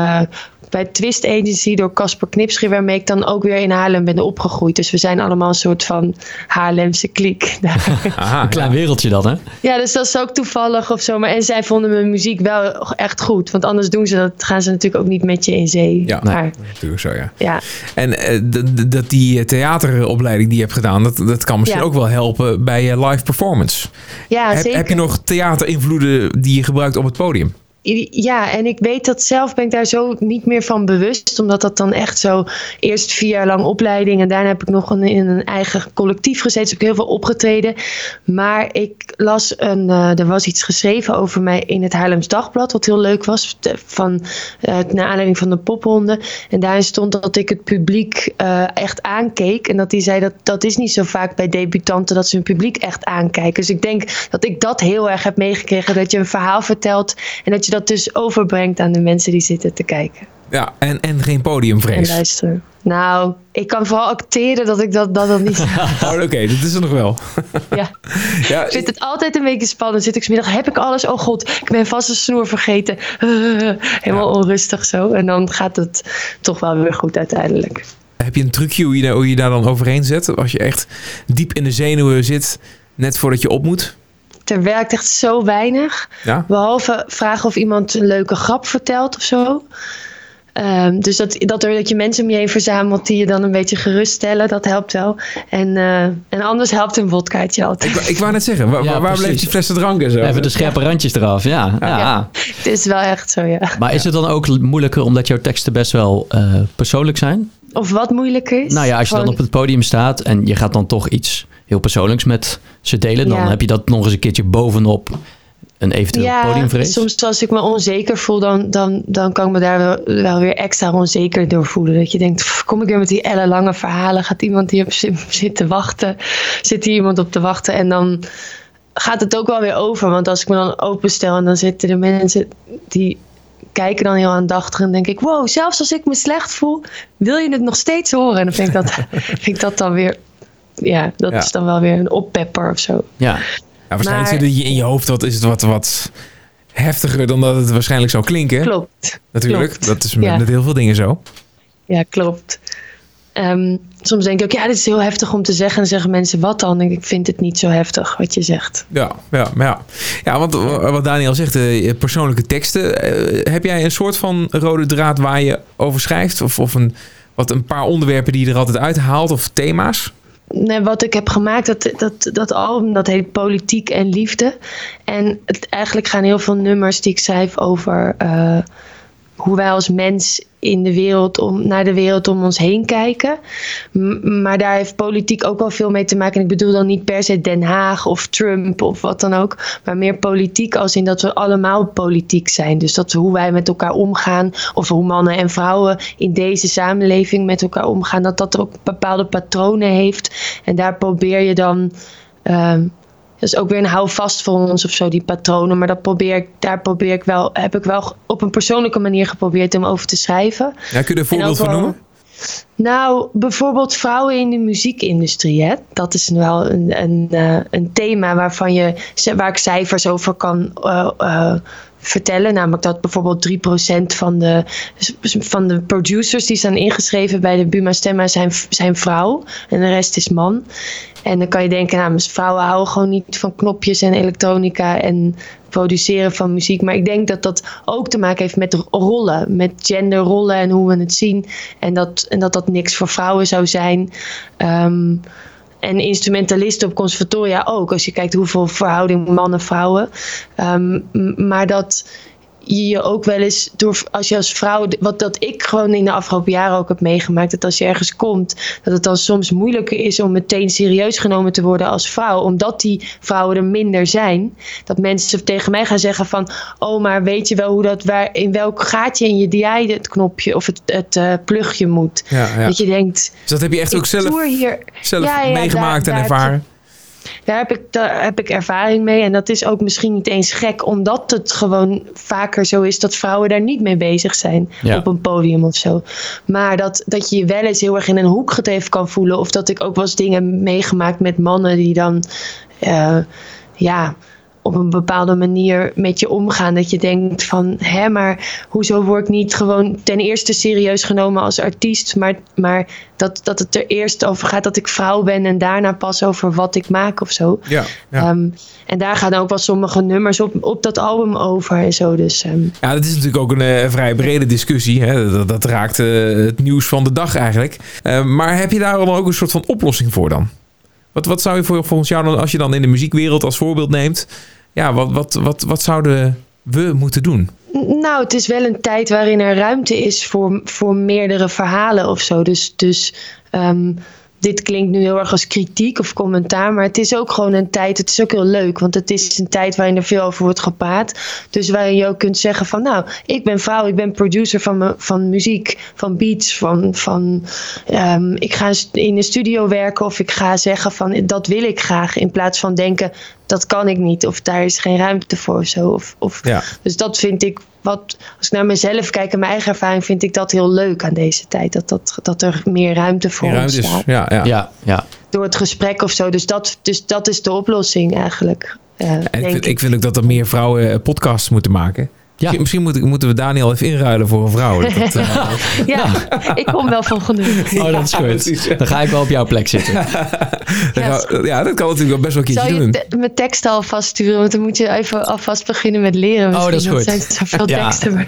S6: bij Twist Agency door Casper Knipschrier, waarmee ik dan ook weer in Haarlem ben opgegroeid. Dus we zijn allemaal een soort van Haarlemse kliek.
S2: Aha, een klein wereldje dan, hè?
S6: Ja, dus dat is ook toevallig of zo. En zij vonden mijn muziek wel echt goed. Want anders gaan ze natuurlijk ook niet met je in zee.
S1: Ja,
S6: maar,
S1: natuurlijk zo, ja.
S6: Ja.
S1: En dat die theateropleiding die je hebt gedaan, dat kan misschien ook wel helpen bij je live performance.
S6: Ja, zeker.
S1: Heb je nog theaterinvloeden die je gebruikt op het podium?
S6: Ja, en ik weet dat zelf, ben ik daar zo niet meer van bewust. Omdat dat dan echt zo eerst 4 jaar lang opleiding. En daarna heb ik nog in een eigen collectief gezeten. Dus heb ik heel veel opgetreden. Maar ik las er was iets geschreven over mij in het Haarlems Dagblad. Wat heel leuk was. Naar aanleiding van de popronde. En daarin stond dat ik het publiek echt aankeek. En dat die zei dat is niet zo vaak bij debutanten dat ze hun publiek echt aankijken. Dus ik denk dat ik dat heel erg heb meegekregen. Dat je een verhaal vertelt en dat je dat dus overbrengt aan de mensen die zitten te kijken.
S1: Ja, en geen podiumvrees.
S6: En luisteren. Nou, ik kan vooral acteren dat ik dat niet...
S1: Oké, dat is er nog wel.
S6: Ja. Ik vind het altijd een beetje spannend. Zit ik 's middag, heb ik alles? Oh god, ik ben vast een snoer vergeten. Helemaal onrustig zo. En dan gaat het toch wel weer goed uiteindelijk.
S1: Heb je een trucje hoe je daar dan overheen zet? Als je echt diep in de zenuwen zit, net voordat je op moet?
S6: Er werkt echt zo weinig.
S1: Ja?
S6: Behalve vragen of iemand een leuke grap vertelt of zo. Dus dat je mensen om je heen verzamelt die je dan een beetje geruststellen, dat helpt wel. En anders helpt een vodkaatje altijd.
S1: Ik wou net zeggen, waar bleef die flessen drank en zo?
S2: Even de scherpe randjes eraf, ja.
S6: Het is wel echt zo, ja.
S2: Maar is het dan ook moeilijker omdat jouw teksten best wel persoonlijk zijn?
S6: Of wat moeilijker is?
S2: Nou ja, als je dan op het podium staat en je gaat dan toch iets heel persoonlijks met ze delen, dan heb je dat nog eens een keertje bovenop een eventueel podiumvrees.
S6: Soms als ik me onzeker voel, dan kan ik me daar wel weer extra onzeker door voelen. Dat je denkt, kom ik weer met die ellenlange verhalen? Gaat iemand hier op zitten wachten? Zit hier iemand op te wachten? En dan gaat het ook wel weer over. Want als ik me dan openstel en dan zitten de mensen die kijken dan heel aandachtig en denk ik, wow, zelfs als ik me slecht voel, wil je het nog steeds horen? En dan vind ik dat dan weer, is dan wel weer een oppepper of zo.
S2: Ja.
S1: Ja, waarschijnlijk zit het in je hoofd is het wat heftiger dan dat het waarschijnlijk zou klinken.
S6: Klopt.
S1: Natuurlijk,
S6: klopt.
S1: Dat is met heel veel dingen zo.
S6: Ja, klopt. Soms denk ik ook, dit is heel heftig om te zeggen. En dan zeggen mensen, wat dan? En ik vind het niet zo heftig wat je zegt.
S1: Ja, want wat Daniel zegt, persoonlijke teksten. Heb jij een soort van rode draad waar je over schrijft? Of een paar onderwerpen die je er altijd uithaalt? Of thema's?
S6: wat ik heb gemaakt, dat album, dat heet Politiek en Liefde. En eigenlijk gaan heel veel nummers die ik schrijf over hoe wij als mens naar de wereld om ons heen kijken. Maar daar heeft politiek ook wel veel mee te maken. En ik bedoel dan niet per se Den Haag of Trump of wat dan ook. Maar meer politiek als in dat we allemaal politiek zijn. Dus dat hoe wij met elkaar omgaan. Of hoe mannen en vrouwen in deze samenleving met elkaar omgaan. Dat ook bepaalde patronen heeft. En daar probeer je dan... dat is ook weer een houvast voor ons of zo, die patronen. Maar heb ik wel op een persoonlijke manier geprobeerd om over te schrijven.
S1: Ja, kun je er een voorbeeld van noemen?
S6: Nou, bijvoorbeeld vrouwen in de muziekindustrie. Hè? Dat is wel een thema waar ik cijfers over kan vertellen. Namelijk dat bijvoorbeeld 3% van de producers die staan ingeschreven bij de Buma Stemma zijn vrouw. En de rest is man. En dan kan je denken, vrouwen houden gewoon niet van knopjes en elektronica en produceren van muziek. Maar ik denk dat dat ook te maken heeft met rollen, met genderrollen en hoe we het zien. En dat niks voor vrouwen zou zijn. En instrumentalisten op conservatoria ook. Als je kijkt hoeveel verhouding mannen-vrouwen. Maar dat je ook wel eens, als je als vrouw, dat ik gewoon in de afgelopen jaren ook heb meegemaakt, dat als je ergens komt, dat het dan soms moeilijker is om meteen serieus genomen te worden als vrouw, omdat die vrouwen er minder zijn. Dat mensen tegen mij gaan zeggen van, oh, maar weet je wel hoe in welk gaatje in je DI het knopje of het plugje moet. Ja. Dat je denkt,
S1: dus dat heb je echt ook zelf meegemaakt en ervaren?
S6: Daar heb ik ervaring mee. En dat is ook misschien niet eens gek, omdat het gewoon vaker zo is dat vrouwen daar niet mee bezig zijn op een podium of zo. Maar dat je je wel eens heel erg in een hoek gedreven kan voelen. Of dat ik ook wel eens dingen meegemaakt met mannen die dan op een bepaalde manier met je omgaan. Dat je denkt van, maar hoezo word ik niet gewoon ten eerste serieus genomen als artiest, maar dat het er eerst over gaat dat ik vrouw ben en daarna pas over wat ik maak of zo. Ja. En daar gaan ook wel sommige nummers op dat album over en zo. Dus,
S1: Ja, dat is natuurlijk ook een vrij brede discussie. Hè? Dat raakt het nieuws van de dag eigenlijk. Maar heb je daar dan ook een soort van oplossing voor dan? Wat zou je volgens jou dan, als je dan in de muziekwereld als voorbeeld neemt, wat zouden we moeten doen?
S6: Nou, het is wel een tijd waarin er ruimte is voor meerdere verhalen of zo. Dus dit klinkt nu heel erg als kritiek of commentaar, maar het is ook gewoon een tijd, het is ook heel leuk, want het is een tijd waarin er veel over wordt gepraat. Dus waarin je ook kunt zeggen van, nou, ik ben vrouw, ik ben producer van muziek, van beats, ik ga in de studio werken of ik ga zeggen van, dat wil ik graag, in plaats van denken, dat kan ik niet of daar is geen ruimte voor of zo. Dus dat vind ik, als ik naar mezelf kijk en mijn eigen ervaring, vind ik dat heel leuk aan deze tijd. Dat er meer ruimte voor ontstaat.
S2: Ja.
S6: Door het gesprek of zo. Dus dat is de oplossing eigenlijk.
S1: Ik vind ook dat er meer vrouwen podcasts moeten maken. Ja. Misschien moeten we Daniel even inruilen voor een vrouw.
S6: Ik kom wel volgende week.
S2: Oh, dat is goed. Dan ga ik wel op jouw plek zitten.
S1: Dat kan natuurlijk wel best wel een keertje doen.
S6: Zou je mijn teksten alvast sturen? Want dan moet je even alvast beginnen met leren.
S2: Misschien. Oh, dat is goed.
S6: Er zijn zoveel teksten.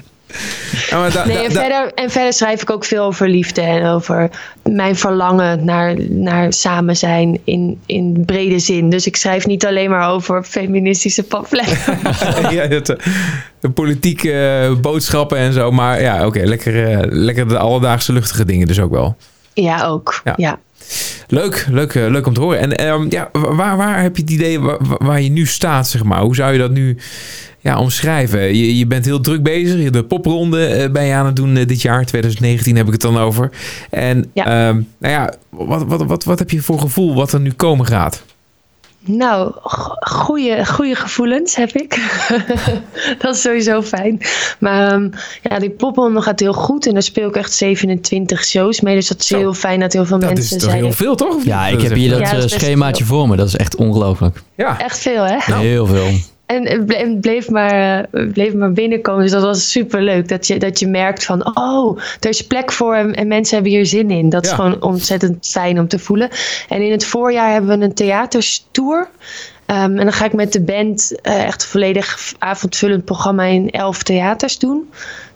S6: En verder schrijf ik ook veel over liefde en over mijn verlangen naar samen zijn in brede zin. Dus ik schrijf niet alleen maar over feministische pamfletten.
S1: De politieke boodschappen en zo. Maar oké, lekker de alledaagse luchtige dingen dus ook wel.
S6: Ja, ook. Ja.
S1: Leuk om te horen. En waar heb je het idee waar je nu staat, zeg maar? Hoe zou je dat nu omschrijven? Je bent heel druk bezig. De popronde ben je aan het doen dit jaar. 2019 heb ik het dan over. En wat heb je voor gevoel wat er nu komen gaat?
S6: Nou, goede gevoelens heb ik. Dat is sowieso fijn. Maar die popronde gaat heel goed. En daar speel ik echt 27 shows mee. Dus dat is heel fijn dat heel veel mensen zijn.
S1: Dat is toch heel veel, toch?
S2: Ja, ik heb hier dat schemaatje voor me. Dat is echt ongelooflijk.
S6: Ja. Echt veel, hè?
S2: Nou. Heel veel.
S6: En het bleef maar binnenkomen. Dus dat was superleuk. Dat je merkt van, er is plek voor en mensen hebben hier zin in. Dat is gewoon ontzettend fijn om te voelen. En in het voorjaar hebben we een theaterstour. En dan ga ik met de band echt een volledig avondvullend programma in 11 theaters doen.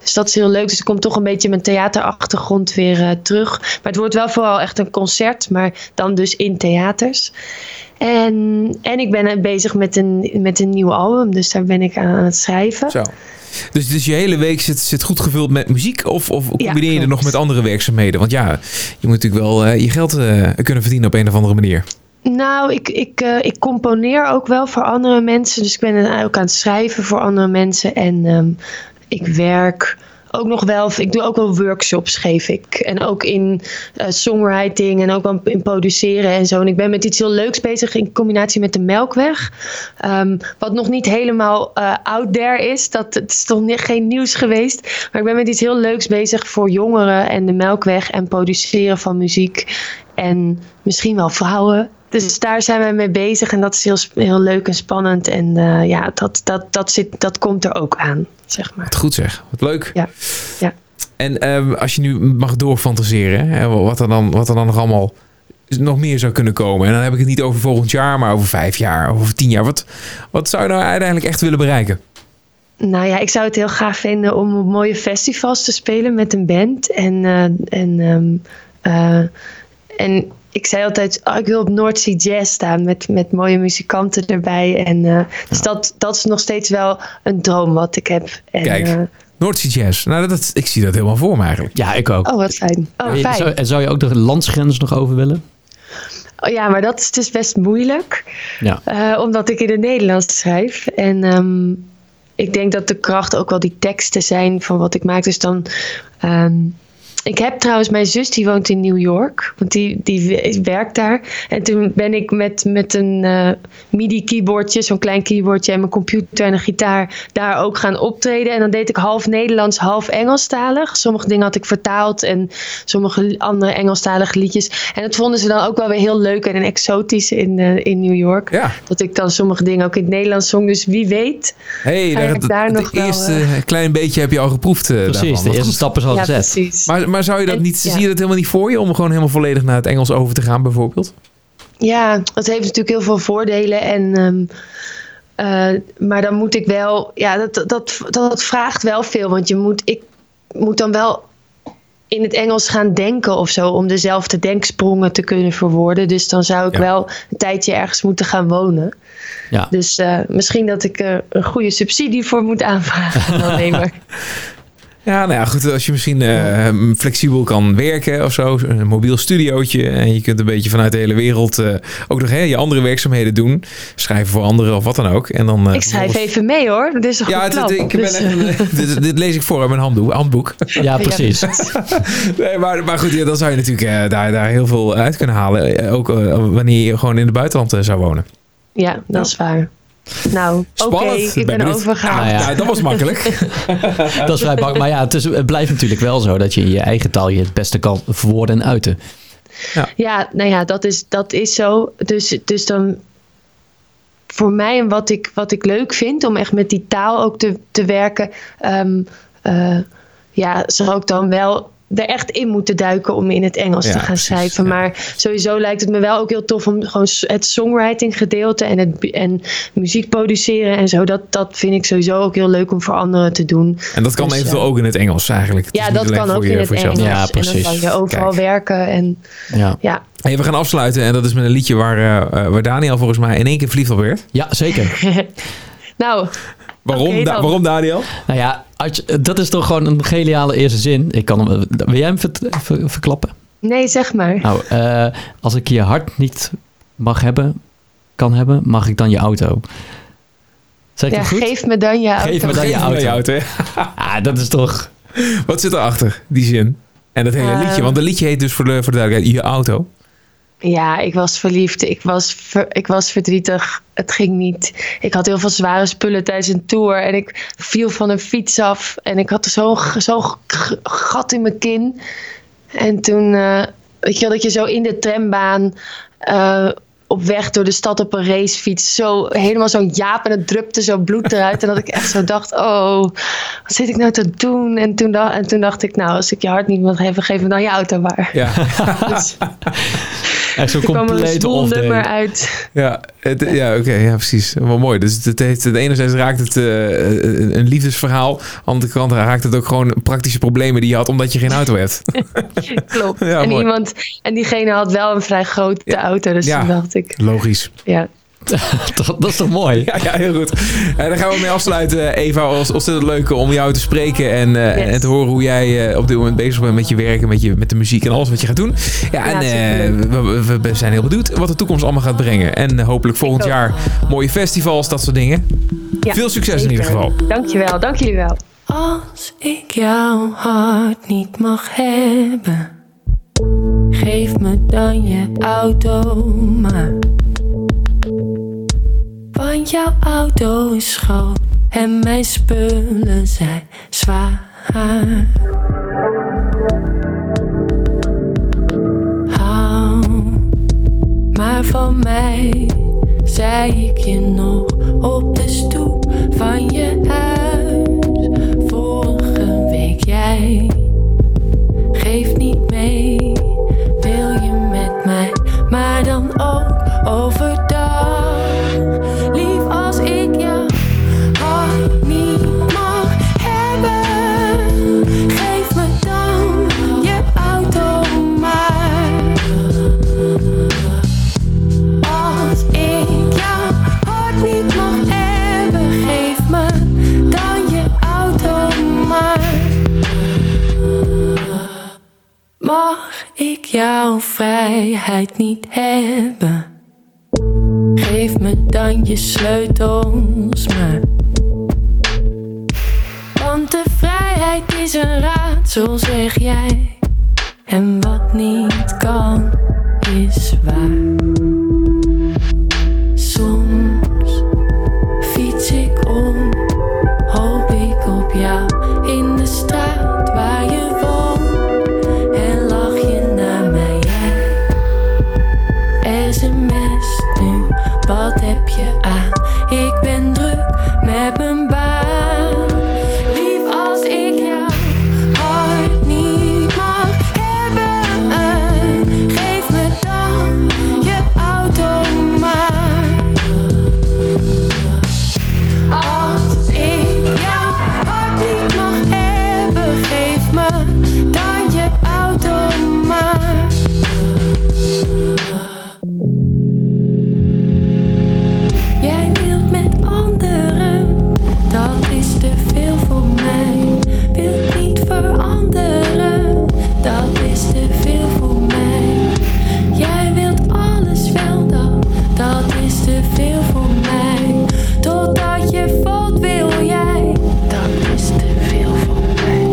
S6: Dus dat is heel leuk. Dus er komt toch een beetje mijn theaterachtergrond weer terug. Maar het wordt wel vooral echt een concert, maar dan dus in theaters. En ik ben bezig met een nieuw album, dus daar ben ik aan het schrijven.
S1: Zo. Dus je hele week zit goed gevuld met muziek? Of combineer je er nog met andere werkzaamheden? Want ja, je moet natuurlijk wel je geld kunnen verdienen op een of andere manier.
S6: Nou, ik componeer ook wel voor andere mensen. Dus ik ben ook aan het schrijven voor andere mensen. En ik werk ook nog wel. Ik doe ook wel workshops, geef ik. En ook in songwriting en ook wel in produceren en zo. En ik ben met iets heel leuks bezig in combinatie met de Melkweg. Wat nog niet helemaal out there is. Het is toch geen nieuws geweest. Maar ik ben met iets heel leuks bezig voor jongeren en de Melkweg. En produceren van muziek. En misschien wel vrouwen. Dus daar zijn wij mee bezig. En dat is heel, heel leuk en spannend. En dat komt er ook aan, zeg maar.
S1: Wat goed zeg. Wat leuk.
S6: Ja.
S1: En als je nu mag doorfantaseren, hè, wat er dan nog allemaal nog meer zou kunnen komen. En dan heb ik het niet over volgend jaar, maar over 5 jaar, over 10 jaar. Wat zou je nou uiteindelijk echt willen bereiken?
S6: Nou ja, ik zou het heel gaaf vinden om op mooie festivals te spelen met een band. En ik zei altijd, ik wil op North Sea Jazz staan met mooie muzikanten erbij. En dus dat is nog steeds wel een droom wat ik heb. En,
S1: kijk, North Sea Jazz. Nou, ik zie dat helemaal voor me eigenlijk.
S2: Ja, ik ook.
S6: Oh, wat fijn.
S2: En zou je ook de landsgrens nog over willen?
S6: Oh, ja, maar dat is dus best moeilijk. Ja. Omdat ik in het Nederlands schrijf. En ik denk dat de kracht ook wel die teksten zijn van wat ik maak. Dus dan... ik heb trouwens mijn zus, die woont in New York. Want die werkt daar. En toen ben ik met een MIDI-keyboardje, zo'n klein keyboardje en mijn computer en een gitaar, daar ook gaan optreden. En dan deed ik half Nederlands, half Engelstalig. Sommige dingen had ik vertaald en sommige andere Engelstalige liedjes. En dat vonden ze dan ook wel weer heel leuk en exotisch in New York. Ja. Dat ik dan sommige dingen ook in het Nederlands zong. Dus wie weet.
S1: Het eerste klein beetje heb je al geproefd.
S2: Precies,
S1: daarvan.
S2: de eerste stap is al gezet.
S6: Precies.
S1: Maar zou je dat niet, zie je dat helemaal niet voor je om gewoon helemaal volledig naar het Engels over te gaan bijvoorbeeld?
S6: Ja, dat heeft natuurlijk heel veel voordelen. Maar dan moet ik wel... Ja, dat vraagt wel veel. Want ik moet dan wel in het Engels gaan denken of zo. Om dezelfde denksprongen te kunnen verwoorden. Dus dan zou ik wel een tijdje ergens moeten gaan wonen. Ja. Dus misschien dat ik er een goede subsidie voor moet aanvragen. Dan maar.
S1: Ja, nou ja, goed. Als je misschien flexibel kan werken of zo. Een mobiel studiootje. En je kunt een beetje vanuit de hele wereld ook nog je andere werkzaamheden doen. Schrijven voor anderen of wat dan ook. En dan,
S6: ik schrijf even mee hoor. Dit is een goed
S1: dit lees ik voor uit mijn handboek.
S2: Ja, precies.
S1: Nee, maar goed, dan zou je natuurlijk daar heel veel uit kunnen halen. Ook wanneer je gewoon in het buitenland zou wonen.
S6: Ja, dat is waar. Nou, oké, ik ben overgegaan.
S1: Ja, dat was makkelijk.
S2: Dat is vrij bang. Maar ja, het blijft natuurlijk wel zo dat je in je eigen taal je het beste kan verwoorden en uiten.
S6: Ja, nou ja, dat is zo. Dus dan voor mij en wat ik leuk vind om echt met die taal ook te werken, zou ik dan wel er echt in moeten duiken om in het Engels te gaan schrijven. Ja. Maar sowieso lijkt het me wel ook heel tof om gewoon het songwriting gedeelte en muziek produceren en zo. Dat vind ik sowieso ook heel leuk om voor anderen te doen.
S1: En dat kan dus, eventueel ook in het Engels eigenlijk.
S6: Ja, dat kan ook in het Engels.
S2: Ja, precies.
S6: En dan kan je overal werken. En, ja.
S1: Hey, we gaan afsluiten en dat is met een liedje waar Daniel volgens mij in één keer verliefd op werd.
S2: Ja, zeker.
S6: Nou...
S1: Waarom Daniel?
S2: Nou ja, dat is toch gewoon een geniale eerste zin. Wil jij hem verklappen?
S6: Nee, zeg maar.
S2: Nou, als ik je hart niet kan hebben, mag ik dan je auto? Zeg ik het goed?
S6: Geef me dan je auto.
S2: Geef me dan je auto. Dat is toch...
S1: Wat zit erachter, die zin? En dat hele liedje, want het liedje heet dus voor de duidelijkheid je auto.
S6: Ja, ik was verliefd. Ik was verdrietig. Het ging niet. Ik had heel veel zware spullen tijdens een tour. En ik viel van een fiets af. En ik had zo'n gat in mijn kin. En toen, weet je wel, dat je zo in de trambaan... op weg door de stad op een racefiets. Helemaal zo'n jaap en het drupte zo bloed eruit. En dat ik echt zo dacht, wat zit ik nou te doen? En toen dacht ik, nou, als ik je hart niet mag geven, geef me dan je auto maar.
S1: Ja.
S2: Echt zo'n
S6: er kwam een
S2: complete
S6: zwoel
S2: off-day.
S6: nummer uit.
S1: Oké, precies. Wel mooi. Dus enerzijds raakt het een liefdesverhaal. Aan de andere kant raakt het ook gewoon praktische problemen die je had omdat je geen auto hebt.
S6: Klopt.
S1: Ja,
S6: en
S1: mooi.
S6: diegene had wel een vrij grote auto. Dus toen dacht ik,
S1: Logisch.
S6: ja.
S2: Dat is toch mooi?
S1: Ja, heel goed. Daar gaan we mee afsluiten. Eva, was ontzettend leuk om jou te spreken en te horen hoe jij op dit moment bezig bent met je werk en met de muziek en alles wat je gaat doen. We zijn heel benieuwd wat de toekomst allemaal gaat brengen. En hopelijk volgend jaar mooie festivals, dat soort dingen.
S6: Ja,
S1: veel succes
S6: zeker.
S1: in ieder geval.
S6: Dankjewel, dank jullie wel.
S5: Als ik jouw hart niet mag hebben, geef me dan je auto maar. Want jouw auto is groot en mijn spullen zijn zwaar. Hou maar van mij, zei ik je nog op de stoep van je huis. Vorige week jij, geef niet mee, wil je met mij, maar dan ook overdag. Lief, als ik jou hart niet mag hebben, geef me dan je auto maar. Als ik jou hart niet mag hebben, geef me dan je auto maar. Mag ik jouw vrijheid niet hebben, geef me dan je sleutels maar. Want de vrijheid is een raadsel, zeg jij. En wat niet kan, is waar. Soms fiets ik om, hoop ik op jou in de straat waar je woont. En lach je naar mij, jij sms nu, wat heb je aan? Ik ben druk met mijn baan. Lief, als ik jou hart niet mag hebben, geef me dan je auto maar. Als ik jou hart niet mag hebben, geef me dan je auto maar. Jij wilt met anderen, dat is te veel voor mij. Wilt niet veranderen, dat is te veel voor mij. Jij wilt alles wel dan, dat is te veel voor mij. Totdat je valt wil jij, dat is te veel voor mij.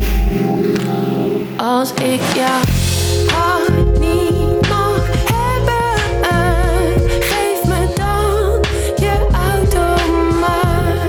S5: Als ik jou hart niet mag hebben, geef me dan je auto maar.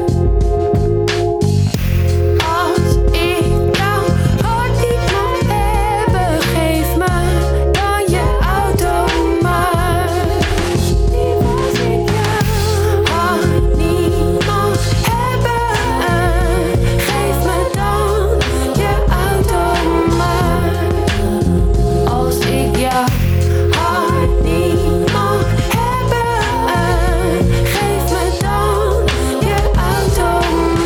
S5: Als ik jou hart niet mag hebben, geef me dan je auto maar. Als ik jou hart niet mag hebben, geef me dan je auto maar. Als ik jou hart niet mag hebben, geef me dan je auto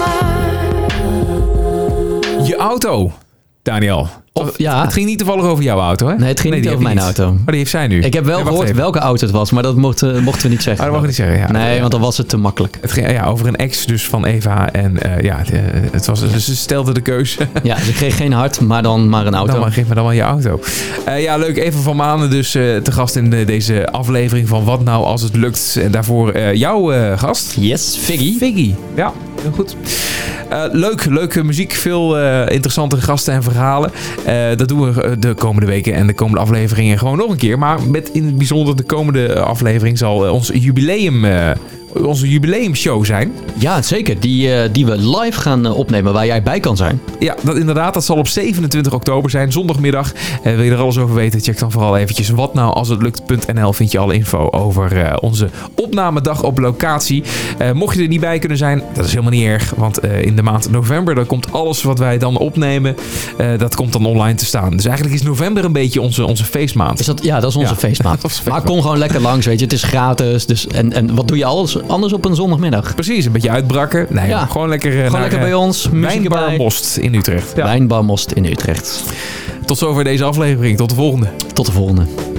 S5: maar.
S1: Je auto, Daniel. Het ging niet toevallig over jouw auto, hè?
S2: Nee, het ging niet over mijn auto.
S1: Maar die heeft zij nu.
S2: Ik heb wel gehoord welke auto het was, maar dat mochten we niet zeggen.
S1: Dat mag ik niet zeggen, ja.
S2: Nee, want dan was het te makkelijk.
S1: Het ging over een ex dus van Eva. En dus ze stelde de keuze.
S2: Ja, ze kreeg geen hart, maar een auto.
S1: Geef me dan wel je auto. Leuk. Eva van Manen dus te gast in deze aflevering van Wat Nou Als Het Lukt. En daarvoor jouw gast.
S2: Yes, Figgy.
S1: Ja, heel goed. Leuke muziek. Veel interessante gasten en verhalen. Dat doen we de komende weken en de komende afleveringen gewoon nog een keer. Maar met in het bijzonder de komende aflevering zal ons jubileum onze jubileumshow zijn.
S2: Ja, zeker. Die we live gaan opnemen, waar jij bij kan zijn.
S1: Ja, dat zal op 27 oktober zijn, zondagmiddag. Wil je er alles over weten, check dan vooral eventjes watnoualshetlukt.nl. Vind je alle info over onze opnamedag op locatie. Mocht je er niet bij kunnen zijn, dat is helemaal niet erg. Want in de maand november, dan komt alles wat wij dan opnemen, dat komt dan online te staan. Dus eigenlijk is november een beetje onze feestmaand.
S2: Is dat, ja, dat is onze feestmaand. Maar kom gewoon lekker langs, weet je. Het is gratis. Dus, en wat doe je anders op een zondagmiddag?
S1: Precies, een beetje uitbrakken. Nee,
S2: ja.
S1: Gewoon lekker,
S2: lekker bij ons.
S1: Wijnbar Most in Utrecht.
S2: Ja. Wijnbar Most in Utrecht.
S1: Tot zover deze aflevering. Tot de volgende.
S2: Tot de volgende.